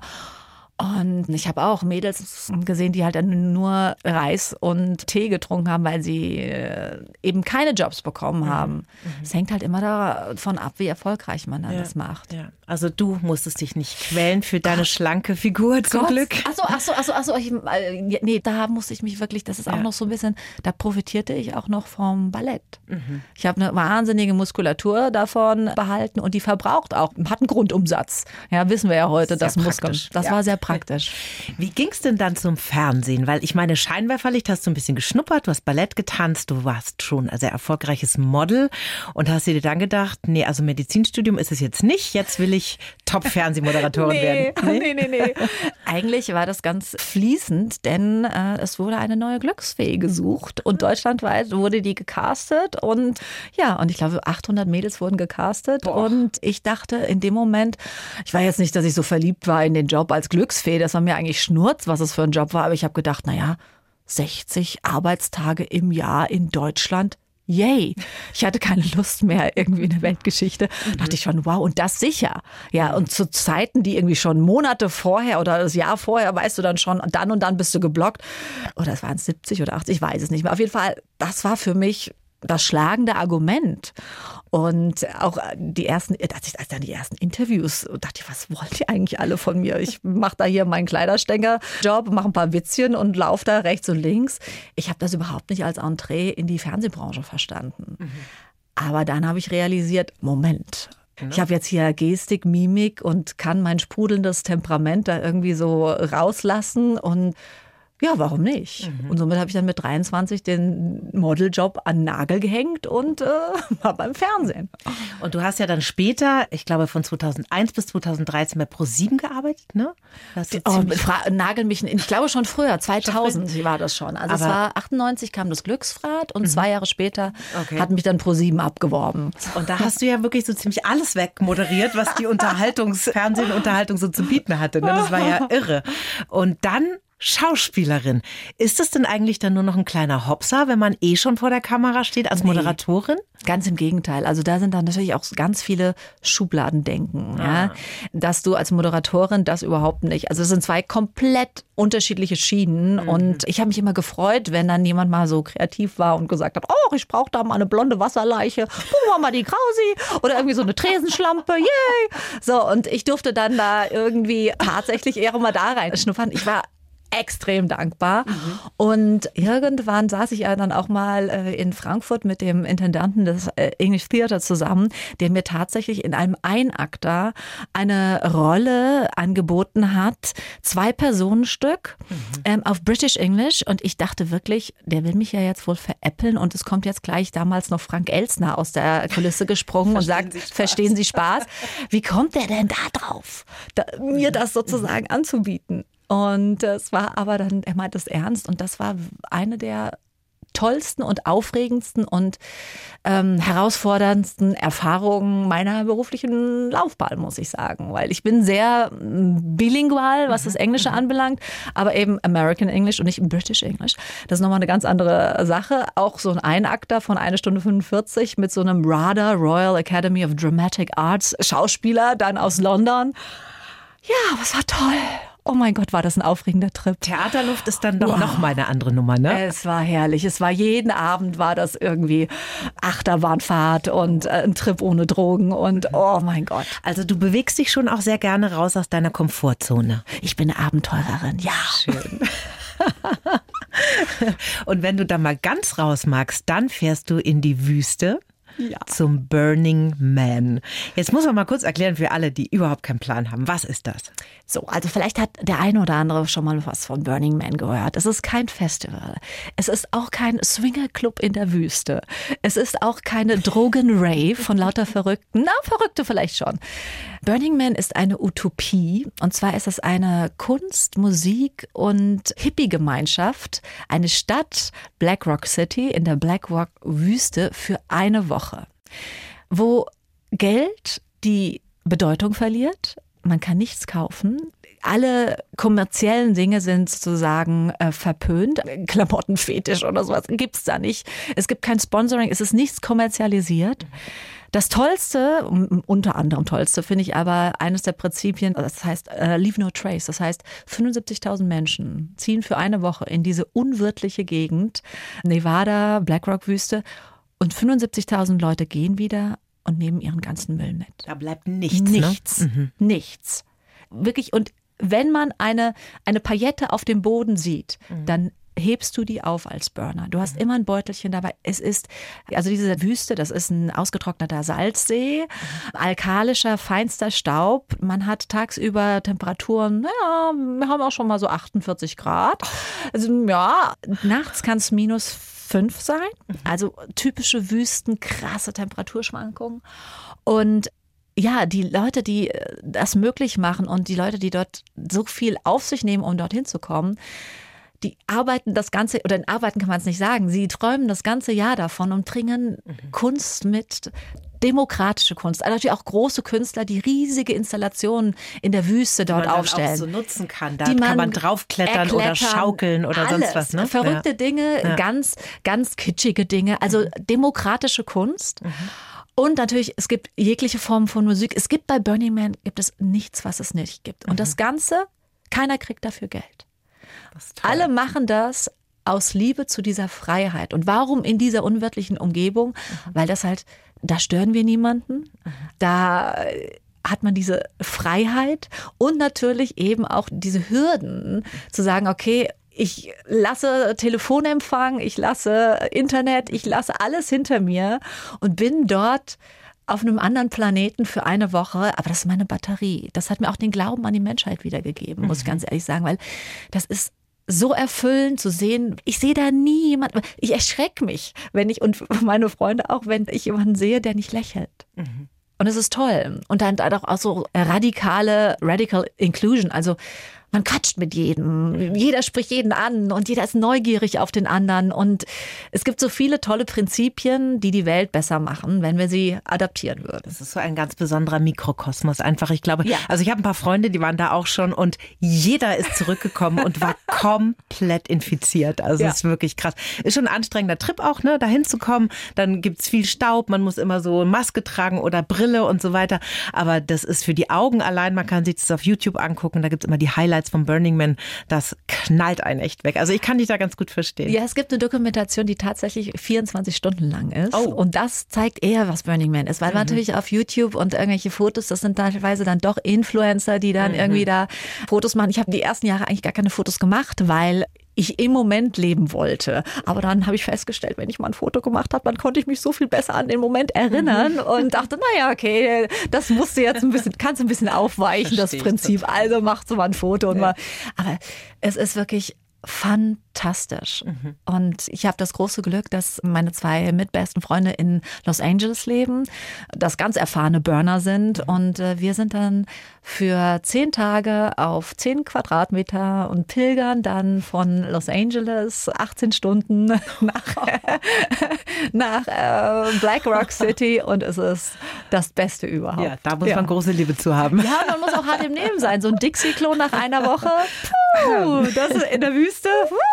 Und ich habe auch Mädels gesehen, die halt dann nur Reis und Tee getrunken haben, weil sie eben keine Jobs bekommen haben. Es hängt halt immer davon ab, wie erfolgreich man dann das macht. Ja. Also du musstest dich nicht quälen für deine schlanke Figur, zum Glück. Achso. Nee, da musste ich mich wirklich, das ist auch noch so ein bisschen, da profitierte ich auch noch vom Ballett. Ich habe eine wahnsinnige Muskulatur davon behalten und die verbraucht auch, hat einen Grundumsatz. Ja, wissen wir ja heute, das Muskeln. Das war sehr praktisch. Wie ging es denn dann zum Fernsehen? Weil ich meine, Scheinwerferlicht hast du ein bisschen geschnuppert, du hast Ballett getanzt, du warst schon ein sehr erfolgreiches Model und hast dir dann gedacht, nee, also Medizinstudium ist es jetzt nicht, jetzt will ich Top-Fernsehmoderatorin werden. Nee. Eigentlich war das ganz fließend, denn es wurde eine neue Glücksfee gesucht und deutschlandweit wurde die gecastet und ich glaube 800 Mädels wurden gecastet. Boah. Und ich dachte in dem Moment, ich war jetzt nicht, dass ich so verliebt war in den Job als Glücksfee, das war mir eigentlich Schnurz, was es für ein Job war, aber ich habe gedacht, 60 Arbeitstage im Jahr in Deutschland. Yay. Ich hatte keine Lust mehr irgendwie in der Weltgeschichte. Da dachte ich schon, wow, und das sicher. Ja, und zu Zeiten, die irgendwie schon Monate vorher oder das Jahr vorher, weißt du dann schon, dann und dann bist du geblockt. Oder es waren 70 oder 80, ich weiß es nicht mehr. Auf jeden Fall, das war für mich das schlagende Argument. Und auch als dann die ersten Interviews, dachte ich, was wollt ihr eigentlich alle von mir? Ich mache da hier meinen Kleiderstänger-Job, mache ein paar Witzchen und laufe da rechts und links. Ich habe das überhaupt nicht als Entree in die Fernsehbranche verstanden. Aber dann habe ich realisiert, Moment, ich habe jetzt hier Gestik, Mimik und kann mein sprudelndes Temperament da irgendwie so rauslassen und Ja, warum nicht? Und somit habe ich dann mit 23 den Modeljob an den Nagel gehängt und war beim Fernsehen. Und du hast ja dann später, ich glaube von 2001 bis 2013 bei ProSieben gearbeitet, ne? Nagel mich, ich glaube schon früher, 2000 war das schon. Also es war 98 kam das Glücksrad und 2 Jahre später hat mich dann ProSieben abgeworben. Und da hast du ja wirklich so ziemlich alles wegmoderiert, was die Fernsehunterhaltung so zu bieten hatte. Ne? Das war ja irre. Und dann Schauspielerin. Ist es denn eigentlich dann nur noch ein kleiner Hopser, wenn man schon vor der Kamera steht als Moderatorin? Ganz im Gegenteil. Also da sind dann natürlich auch ganz viele Schubladendenken. Ja? Dass du als Moderatorin das überhaupt nicht. Also es sind 2 komplett unterschiedliche Schienen. Und ich habe mich immer gefreut, wenn dann jemand mal so kreativ war und gesagt hat, oh, ich brauche da mal eine blonde Wasserleiche. Gucken wir mal die Krausi. Oder irgendwie so eine Tresenschlampe. Yay! So, und ich durfte dann da irgendwie tatsächlich eher mal da reinschnuppern. Ich war extrem dankbar. Und irgendwann saß ich ja dann auch mal in Frankfurt mit dem Intendanten des English Theatre zusammen, der mir tatsächlich in einem Einakter eine Rolle angeboten hat, 2-Personenstück auf British English. Und ich dachte wirklich, der will mich ja jetzt wohl veräppeln. Und es kommt jetzt gleich damals noch Frank Elstner aus der Kulisse gesprungen und sagt, verstehen Sie Spaß? Wie kommt der denn da drauf, mir das sozusagen anzubieten? Und es war aber dann, er meint es ernst und das war eine der tollsten und aufregendsten und herausforderndsten Erfahrungen meiner beruflichen Laufbahn, muss ich sagen. Weil ich bin sehr bilingual, was das Englische anbelangt, aber eben American English und nicht British English. Das ist nochmal eine ganz andere Sache. Auch so ein Einakter von 1 Stunde 45 mit so einem RADA, Royal Academy of Dramatic Arts Schauspieler, dann aus London. Ja, was war toll. Oh mein Gott, war das ein aufregender Trip. Theaterluft ist dann doch noch mal eine andere Nummer, ne? Es war herrlich. Es war jeden Abend war das irgendwie Achterbahnfahrt und ein Trip ohne Drogen und oh mein Gott. Also du bewegst dich schon auch sehr gerne raus aus deiner Komfortzone. Ich bin eine Abenteurerin, ja. Schön. Und wenn du da mal ganz raus magst, dann fährst du in die Wüste. Ja. Zum Burning Man. Jetzt muss man mal kurz erklären für alle, die überhaupt keinen Plan haben. Was ist das? So, also vielleicht hat der eine oder andere schon mal was von Burning Man gehört. Es ist kein Festival. Es ist auch kein Swingerclub in der Wüste. Es ist auch keine Drogen-Rave von lauter Verrückten. Na, Verrückte vielleicht schon. Burning Man ist eine Utopie. Und zwar ist es eine Kunst-, Musik- und Hippie-Gemeinschaft. Eine Stadt, Black Rock City, in der Black Rock Wüste für eine Woche. Wo Geld die Bedeutung verliert, man kann nichts kaufen. Alle kommerziellen Dinge sind sozusagen verpönt. Klamottenfetisch oder sowas gibt es da nicht. Es gibt kein Sponsoring, es ist nichts kommerzialisiert. Das Tollste, unter anderem Tollste, finde ich aber eines der Prinzipien, das heißt Leave No Trace. Das heißt, 75.000 Menschen ziehen für eine Woche in diese unwirtliche Gegend, Nevada, Black Rock Wüste, und 75.000 Leute gehen wieder und nehmen ihren ganzen Müll mit. Da bleibt nichts. Nichts. Ne? Nichts. Wirklich. Und wenn man eine Paillette auf dem Boden sieht, dann hebst du die auf als Burner. Du hast immer ein Beutelchen dabei. Es ist, also diese Wüste, das ist ein ausgetrockneter Salzsee, alkalischer, feinster Staub. Man hat tagsüber Temperaturen, naja, wir haben auch schon mal so 48 Grad. Also ja, nachts kann es -5 sein. Also typische Wüsten, krasse Temperaturschwankungen. Und ja, die Leute, die das möglich machen und die Leute, die dort so viel auf sich nehmen, um dorthin zu kommen, die arbeiten das ganze, oder arbeiten kann man es nicht sagen, sie träumen das ganze Jahr davon und bringen Kunst mit, demokratische Kunst. Also natürlich auch große Künstler, die riesige Installationen in der Wüste dort aufstellen. Die man auch so nutzen kann. Da kann man draufklettern oder schaukeln oder sonst was. Ne? Verrückte Dinge, ganz, ganz kitschige Dinge. Also demokratische Kunst. Und natürlich, es gibt jegliche Formen von Musik. Es gibt bei Burning Man gibt es nichts, was es nicht gibt. Und das Ganze, keiner kriegt dafür Geld. Alle machen das aus Liebe zu dieser Freiheit. Und warum in dieser unwirtlichen Umgebung? Weil das halt, da stören wir niemanden. Da hat man diese Freiheit und natürlich eben auch diese Hürden zu sagen, okay, ich lasse Telefonempfang, ich lasse Internet, ich lasse alles hinter mir und bin dort auf einem anderen Planeten für eine Woche. Aber das ist meine Batterie. Das hat mir auch den Glauben an die Menschheit wiedergegeben, muss ich ganz ehrlich sagen, weil das ist so erfüllend zu sehen. Ich sehe da nie jemanden. Ich erschrecke mich, und meine Freunde auch, wenn ich jemanden sehe, der nicht lächelt. Mhm. Und es ist toll. Und dann auch so Radical Inclusion, also man quatscht mit jedem, jeder spricht jeden an und jeder ist neugierig auf den anderen. Und es gibt so viele tolle Prinzipien, die die Welt besser machen, wenn wir sie adaptieren würden. Das ist so ein ganz besonderer Mikrokosmos einfach. Ich glaube, also ich habe ein paar Freunde, die waren da auch schon und jeder ist zurückgekommen und war komplett infiziert. Also es ist wirklich krass. Ist schon ein anstrengender Trip auch, ne, da hinzukommen. Dann gibt's viel Staub, man muss immer so Maske tragen oder Brille und so weiter. Aber das ist für die Augen allein, man kann sich das auf YouTube angucken, da gibt's immer die Highlights vom Burning Man, das knallt einen echt weg. Also ich kann dich da ganz gut verstehen. Ja, es gibt eine Dokumentation, die tatsächlich 24 Stunden lang ist. Oh. Und das zeigt eher, was Burning Man ist. Weil natürlich auf YouTube und irgendwelche Fotos, das sind teilweise dann doch Influencer, die dann irgendwie da Fotos machen. Ich habe die ersten Jahre eigentlich gar keine Fotos gemacht, weil ich im Moment leben wollte. Aber dann habe ich festgestellt, wenn ich mal ein Foto gemacht habe, dann konnte ich mich so viel besser an den Moment erinnern und dachte, naja, okay, das musst du jetzt kannst du ein bisschen aufweichen, das Prinzip. Also machst du mal ein Foto und mal. Aber es ist wirklich fantastisch. Und ich habe das große Glück, dass meine 2 mitbesten Freunde in Los Angeles leben, das ganz erfahrene Burner sind. Und wir sind dann für 10 Tage auf 10 Quadratmeter und pilgern dann von Los Angeles 18 Stunden nach Black Rock City und es ist das Beste überhaupt. Ja, da muss man große Liebe zu haben. Ja, man muss auch hart im Leben sein. So ein Dixie-Klo nach einer Woche, das ist in der Wüste,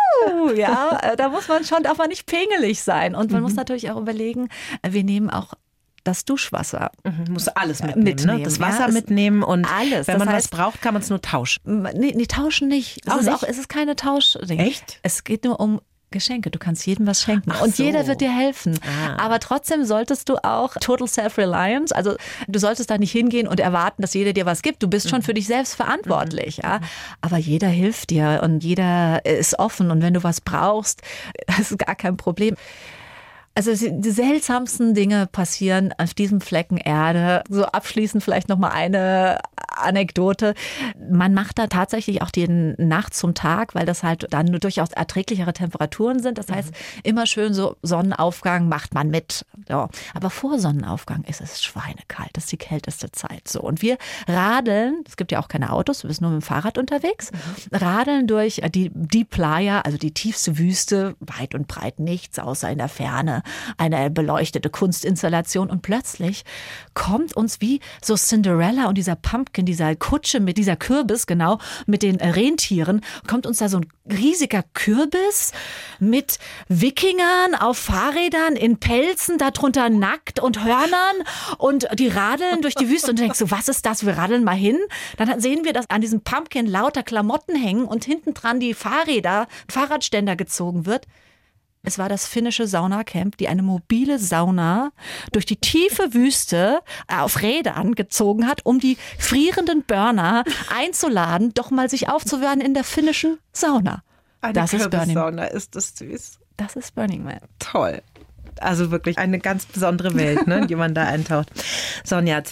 ja, da darf man nicht pingelig sein. Und man muss natürlich auch überlegen, wir nehmen auch das Duschwasser. Muss alles mitnehmen, ne? Das Wasser mitnehmen und alles. Wenn man was braucht, kann man es nur tauschen. Nee, tauschen nicht. Es ist keine Tauschding. Echt? Es geht nur um Geschenke. Du kannst jedem was schenken und jeder wird dir helfen. Aber trotzdem solltest du auch Total Self-Reliance, also du solltest da nicht hingehen und erwarten, dass jeder dir was gibt. Du bist schon für dich selbst verantwortlich. Ja? Aber jeder hilft dir und jeder ist offen und wenn du was brauchst, das ist gar kein Problem. Also die seltsamsten Dinge passieren auf diesem Flecken Erde. So abschließend vielleicht noch mal eine Anekdote. Man macht da tatsächlich auch den Nacht zum Tag, weil das halt dann nur durchaus erträglichere Temperaturen sind. Das heißt, immer schön so Sonnenaufgang macht man mit. Ja. Aber vor Sonnenaufgang ist es schweinekalt. Das ist die kälteste Zeit. So. Und wir radeln, es gibt ja auch keine Autos, wir sind nur mit dem Fahrrad unterwegs, radeln durch die Playa, also die tiefste Wüste, weit und breit nichts, außer in der Ferne eine beleuchtete Kunstinstallation und plötzlich kommt uns wie so Cinderella und dieser Pumpkin, dieser Kutsche mit dieser Kürbis, genau, mit den Rentieren, kommt uns da so ein riesiger Kürbis mit Wikingern auf Fahrrädern in Pelzen, darunter nackt und Hörnern und die radeln durch die Wüste und du denkst so, was ist das? Wir radeln mal hin. Dann sehen wir, dass an diesem Pumpkin lauter Klamotten hängen und hinten dran die Fahrradständer gezogen wird. Es war das finnische Saunacamp, die eine mobile Sauna durch die tiefe Wüste auf Rädern gezogen hat, um die frierenden Burner einzuladen, doch mal sich aufzuwärmen in der finnischen Sauna. Das ist Burning Man. Ist das süß? Das ist Burning Man. Toll. Also wirklich eine ganz besondere Welt, ne, in die man da eintaucht. Sonja,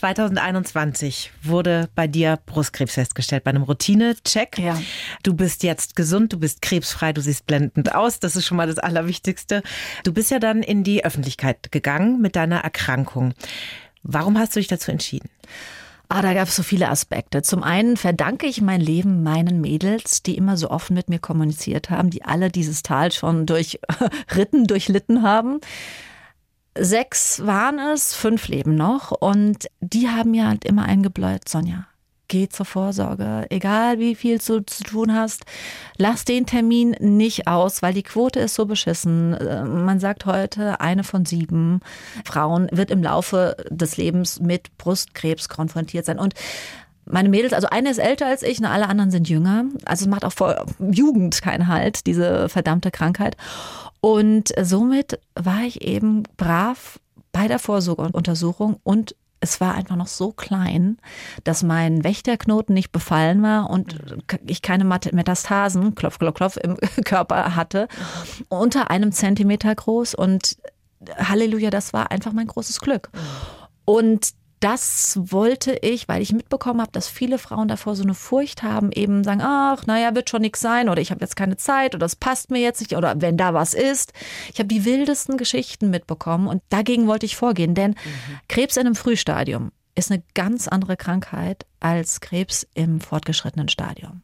2021 wurde bei dir Brustkrebs festgestellt, bei einem Routine-Check. Ja. Du bist jetzt gesund, du bist krebsfrei, du siehst blendend aus. Das ist schon mal das Allerwichtigste. Du bist ja dann in die Öffentlichkeit gegangen mit deiner Erkrankung. Warum hast du dich dazu entschieden? Da gab es so viele Aspekte. Zum einen verdanke ich mein Leben meinen Mädels, die immer so offen mit mir kommuniziert haben, die alle dieses Tal schon durchlitten haben. 6 waren es, 5 leben noch und die haben mir halt immer eingebläut, Sonja, geh zur Vorsorge, egal wie viel du zu tun hast, lass den Termin nicht aus, weil die Quote ist so beschissen. Man sagt heute, 1 von 7 Frauen wird im Laufe des Lebens mit Brustkrebs konfrontiert sein. Und meine Mädels, also eine ist älter als ich, alle anderen sind jünger. Also es macht auch vor Jugend keinen Halt, diese verdammte Krankheit. Und somit war ich eben brav bei der Vorsorgeuntersuchung und es war einfach noch so klein, dass mein Wächterknoten nicht befallen war und ich keine Metastasen, klopf, klopf, klopf, im Körper hatte, unter 1 Zentimeter groß und Halleluja, das war einfach mein großes Glück. Und das wollte ich, weil ich mitbekommen habe, dass viele Frauen davor so eine Furcht haben, eben sagen, ach, naja, wird schon nichts sein oder ich habe jetzt keine Zeit oder es passt mir jetzt nicht oder wenn da was ist. Ich habe die wildesten Geschichten mitbekommen und dagegen wollte ich vorgehen, denn Krebs in einem Frühstadium ist eine ganz andere Krankheit als Krebs im fortgeschrittenen Stadium.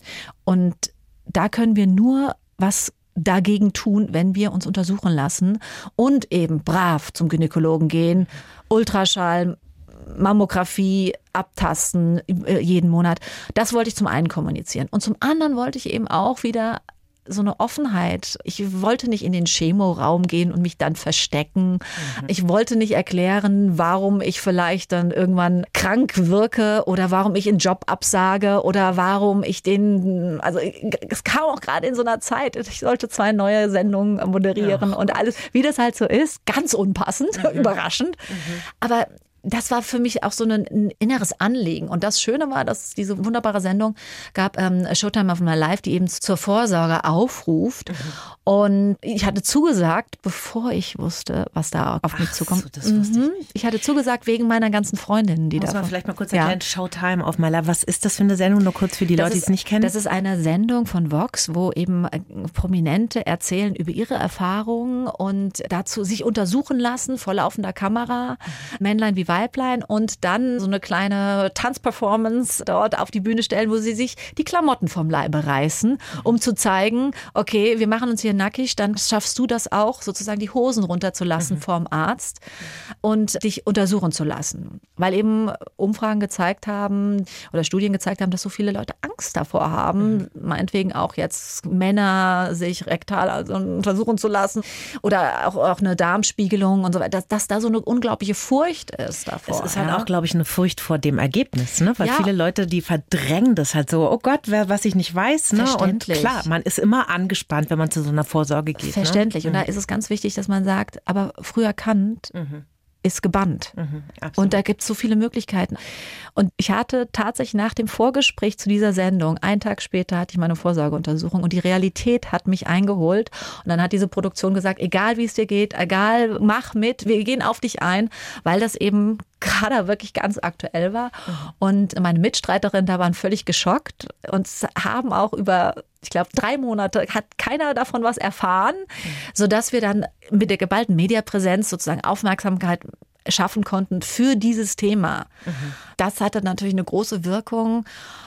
Und da können wir nur was dagegen tun, wenn wir uns untersuchen lassen und eben brav zum Gynäkologen gehen, Ultraschall, Mammographie abtasten jeden Monat. Das wollte ich zum einen kommunizieren. Und zum anderen wollte ich eben auch wieder so eine Offenheit. Ich wollte nicht in den Chemoraum gehen und mich dann verstecken. Ich wollte nicht erklären, warum ich vielleicht dann irgendwann krank wirke oder warum ich einen Job absage oder warum ich also es kam auch gerade in so einer Zeit, ich sollte 2 neue Sendungen moderieren und alles, wie das halt so ist, ganz unpassend, überraschend. Aber das war für mich auch so ein inneres Anliegen. Und das Schöne war, dass es diese wunderbare Sendung gab, Showtime of My Life, die eben zur Vorsorge aufruft. Und ich hatte zugesagt, bevor ich wusste, was da auf mich zukommt. So, das wusste ich nicht. Ich hatte zugesagt wegen meiner ganzen Freundinnen, die da. Muss man vielleicht mal kurz erklären, Showtime of My Life. Was ist das für eine Sendung? Nur kurz für die Leute, die es nicht kennen. Das ist eine Sendung von Vox, wo eben Prominente erzählen über ihre Erfahrungen und dazu sich untersuchen lassen vor laufender Kamera. Männlein wie Weiblein und dann so eine kleine Tanzperformance dort auf die Bühne stellen, wo sie sich die Klamotten vom Leibe reißen, um zu zeigen, okay, wir machen uns hier nackig, dann schaffst du das auch, sozusagen die Hosen runterzulassen vorm Arzt und dich untersuchen zu lassen. Weil eben Umfragen gezeigt haben oder Studien gezeigt haben, dass so viele Leute Angst davor haben, meinetwegen auch jetzt Männer sich rektal also untersuchen zu lassen oder auch eine Darmspiegelung und so weiter, dass da so eine unglaubliche Furcht ist. Davor, es ist halt auch, glaube ich, eine Furcht vor dem Ergebnis, ne? Weil viele Leute, die verdrängen das halt so, oh Gott, was ich nicht weiß. Ne? Und klar, man ist immer angespannt, wenn man zu so einer Vorsorge geht. Verständlich. Ne? Und da ist es ganz wichtig, dass man sagt, aber früh erkannt ist gebannt. Und da gibt es so viele Möglichkeiten. Und ich hatte tatsächlich nach dem Vorgespräch zu dieser Sendung, einen Tag später hatte ich meine Vorsorgeuntersuchung und die Realität hat mich eingeholt. Und dann hat diese Produktion gesagt, egal wie es dir geht, egal, mach mit, wir gehen auf dich ein, weil das eben gerade wirklich ganz aktuell war. Und meine Mitstreiterin da waren völlig geschockt und haben auch über, ich glaube, 3 Monate hat keiner davon was erfahren, sodass wir dann mit der geballten Mediapräsenz sozusagen Aufmerksamkeit schaffen konnten für dieses Thema. Das hatte natürlich eine große Wirkung.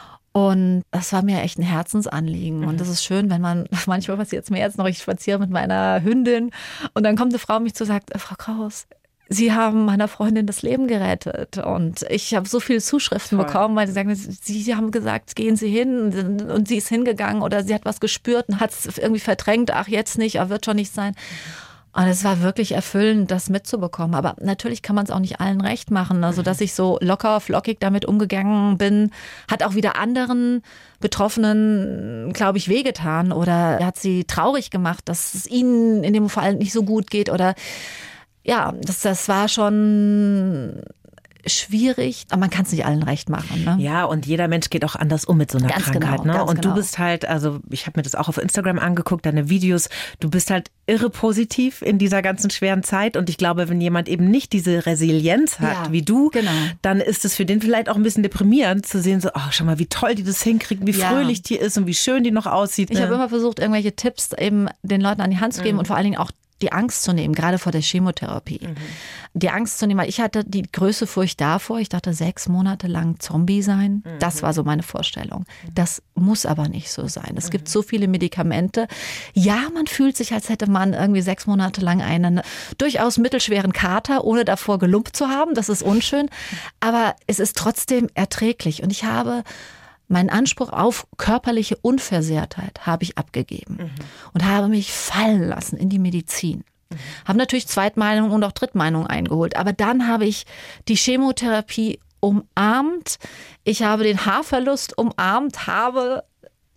Und das war mir echt ein Herzensanliegen. Und das ist schön, wenn manchmal passiert es mir jetzt noch, ich spaziere mit meiner Hündin und dann kommt eine Frau mich zu und sagt, Frau Kraus, Sie haben meiner Freundin das Leben gerettet und ich habe so viele Zuschriften bekommen, weil sie sagen, Sie haben gesagt, gehen Sie hin und sie ist hingegangen oder sie hat was gespürt und hat es irgendwie verdrängt, ach jetzt nicht, aber wird schon nicht sein. Und es war wirklich erfüllend, das mitzubekommen. Aber natürlich kann man es auch nicht allen recht machen. Also, dass ich so locker, flockig damit umgegangen bin, hat auch wieder anderen Betroffenen, glaube ich, wehgetan oder hat sie traurig gemacht, dass es ihnen in dem Fall nicht so gut geht oder ja, das war schon schwierig, aber man kann es nicht allen recht machen. Ne? Ja, und jeder Mensch geht auch anders um mit so einer Krankheit. Genau, ne? Und du bist halt, also ich habe mir das auch auf Instagram angeguckt, deine Videos, du bist halt irre positiv in dieser ganzen schweren Zeit und ich glaube, wenn jemand eben nicht diese Resilienz hat wie du, dann ist es für den vielleicht auch ein bisschen deprimierend zu sehen, so, oh, schau mal, wie toll die das hinkriegen, wie fröhlich die ist und wie schön die noch aussieht. Ich habe immer versucht, irgendwelche Tipps eben den Leuten an die Hand zu geben und vor allen Dingen auch die Angst zu nehmen, gerade vor der Chemotherapie. Die Angst zu nehmen, weil ich hatte die größte Furcht davor, ich dachte 6 Monate lang Zombie sein, das war so meine Vorstellung. Das muss aber nicht so sein. Es gibt so viele Medikamente. Ja, man fühlt sich, als hätte man irgendwie 6 Monate lang einen durchaus mittelschweren Kater, ohne davor gelumpt zu haben, das ist unschön, aber es ist trotzdem erträglich und ich habe meinen Anspruch auf körperliche Unversehrtheit habe ich abgegeben und habe mich fallen lassen in die Medizin. Habe natürlich Zweitmeinung und auch Drittmeinung eingeholt. Aber dann habe ich die Chemotherapie umarmt. Ich habe den Haarverlust umarmt, habe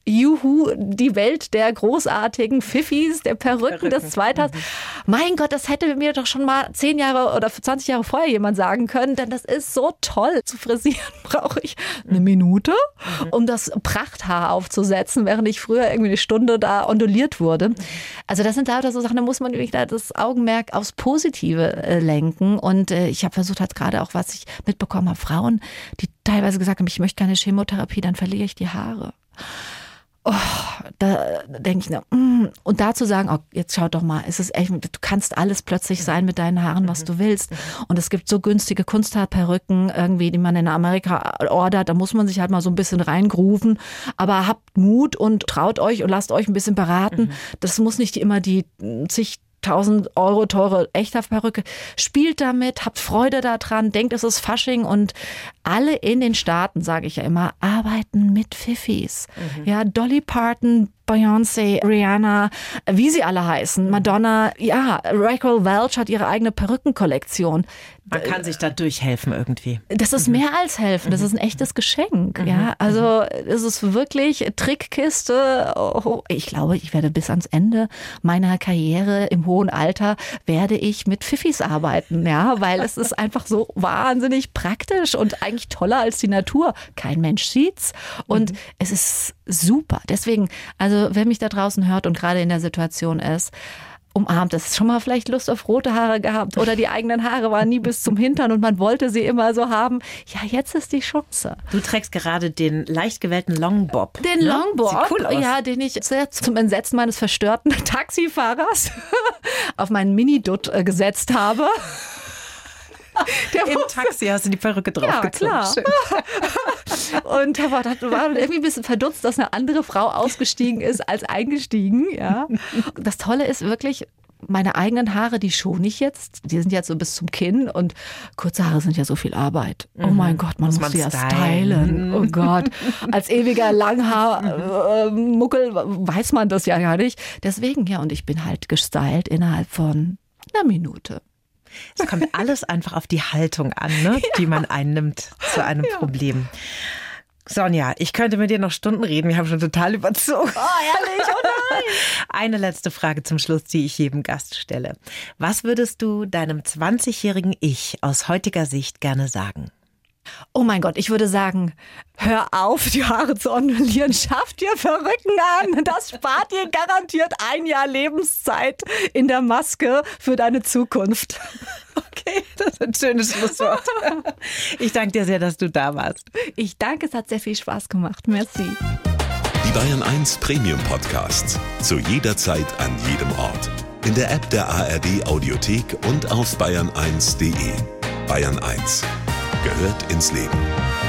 juhu, die Welt der großartigen Pfiffis, der Perücken des 2000. Mein Gott, das hätte mir doch schon mal 10 Jahre oder 20 Jahre vorher jemand sagen können, denn das ist so toll. Zu frisieren brauche ich eine Minute, um das Prachthaar aufzusetzen, während ich früher irgendwie eine Stunde da onduliert wurde. Also das sind lauter so Sachen, da muss man wirklich das Augenmerk aufs Positive lenken. Und ich habe versucht, halt gerade auch, was ich mitbekommen habe, Frauen, die teilweise gesagt haben, ich möchte keine Chemotherapie, dann verliere ich die Haare. Oh, da denke ich, und dazu sagen, oh, jetzt schaut doch mal, es ist echt, du kannst alles plötzlich sein mit deinen Haaren, was du willst. Und es gibt so günstige Kunsthaarperücken irgendwie, die man in Amerika ordert, da muss man sich halt mal so ein bisschen reingrooven. Aber habt Mut und traut euch und lasst euch ein bisschen beraten. Das muss nicht immer die zig 1.000 € teure Echthaarperücke. Spielt damit, habt Freude daran, denkt, es ist Fasching und alle in den Staaten, sage ich ja immer, arbeiten mit Pfiffis. Ja, Dolly Parton, Beyoncé, Rihanna, wie sie alle heißen, Madonna, ja, Raquel Welch hat ihre eigene Perückenkollektion. Man kann sich da durchhelfen irgendwie. Das ist mehr als helfen, das ist ein echtes Geschenk. Ja, also es ist wirklich Trickkiste. Ich glaube, ich werde bis ans Ende meiner Karriere im hohen Alter werde ich mit Pfiffis arbeiten, ja, weil es ist einfach so wahnsinnig praktisch und eigentlich toller als die Natur. Kein Mensch sieht's und es ist super. Deswegen, also wer mich da draußen hört und gerade in der Situation ist, umarmt es. Schon mal vielleicht Lust auf rote Haare gehabt oder die eigenen Haare waren nie bis zum Hintern und man wollte sie immer so haben. Ja, jetzt ist die Chance. Du trägst gerade den leicht gewählten Longbob. Den Longbob, sieht cool aus. Ja, den ich sehr zum Entsetzen meines verstörten Taxifahrers auf meinen Mini-Dutt gesetzt habe. Im Taxi hast du die Perücke draufgezogen. Ja, klar. Und er war irgendwie ein bisschen verdutzt, dass eine andere Frau ausgestiegen ist als eingestiegen. Ja. Das Tolle ist wirklich, meine eigenen Haare, die schone ich jetzt. Die sind jetzt so bis zum Kinn und kurze Haare sind ja so viel Arbeit. Oh mein Gott, man muss die ja stylen. Oh Gott. Als ewiger Langhaar-Muckel weiß man das ja gar nicht. Deswegen, ja, und ich bin halt gestylt innerhalb von einer Minute. Es kommt alles einfach auf die Haltung an, ne, die man einnimmt zu einem Problem. Sonja, ich könnte mit dir noch Stunden reden. Wir haben schon total überzogen. Oh, ehrlich? Oh nein! Eine letzte Frage zum Schluss, die ich jedem Gast stelle. Was würdest du deinem 20-jährigen Ich aus heutiger Sicht gerne sagen? Oh mein Gott, ich würde sagen, hör auf, die Haare zu ondulieren, schafft dir Perücken an. Das spart dir garantiert 1 Jahr Lebenszeit in der Maske für deine Zukunft. Okay, das ist ein schönes Schlusswort. Ich danke dir sehr, dass du da warst. Ich danke, es hat sehr viel Spaß gemacht. Merci. Die Bayern 1 Premium Podcasts. Zu jeder Zeit, an jedem Ort. In der App der ARD Audiothek und auf bayern1.de. Bayern 1 gehört ins Leben.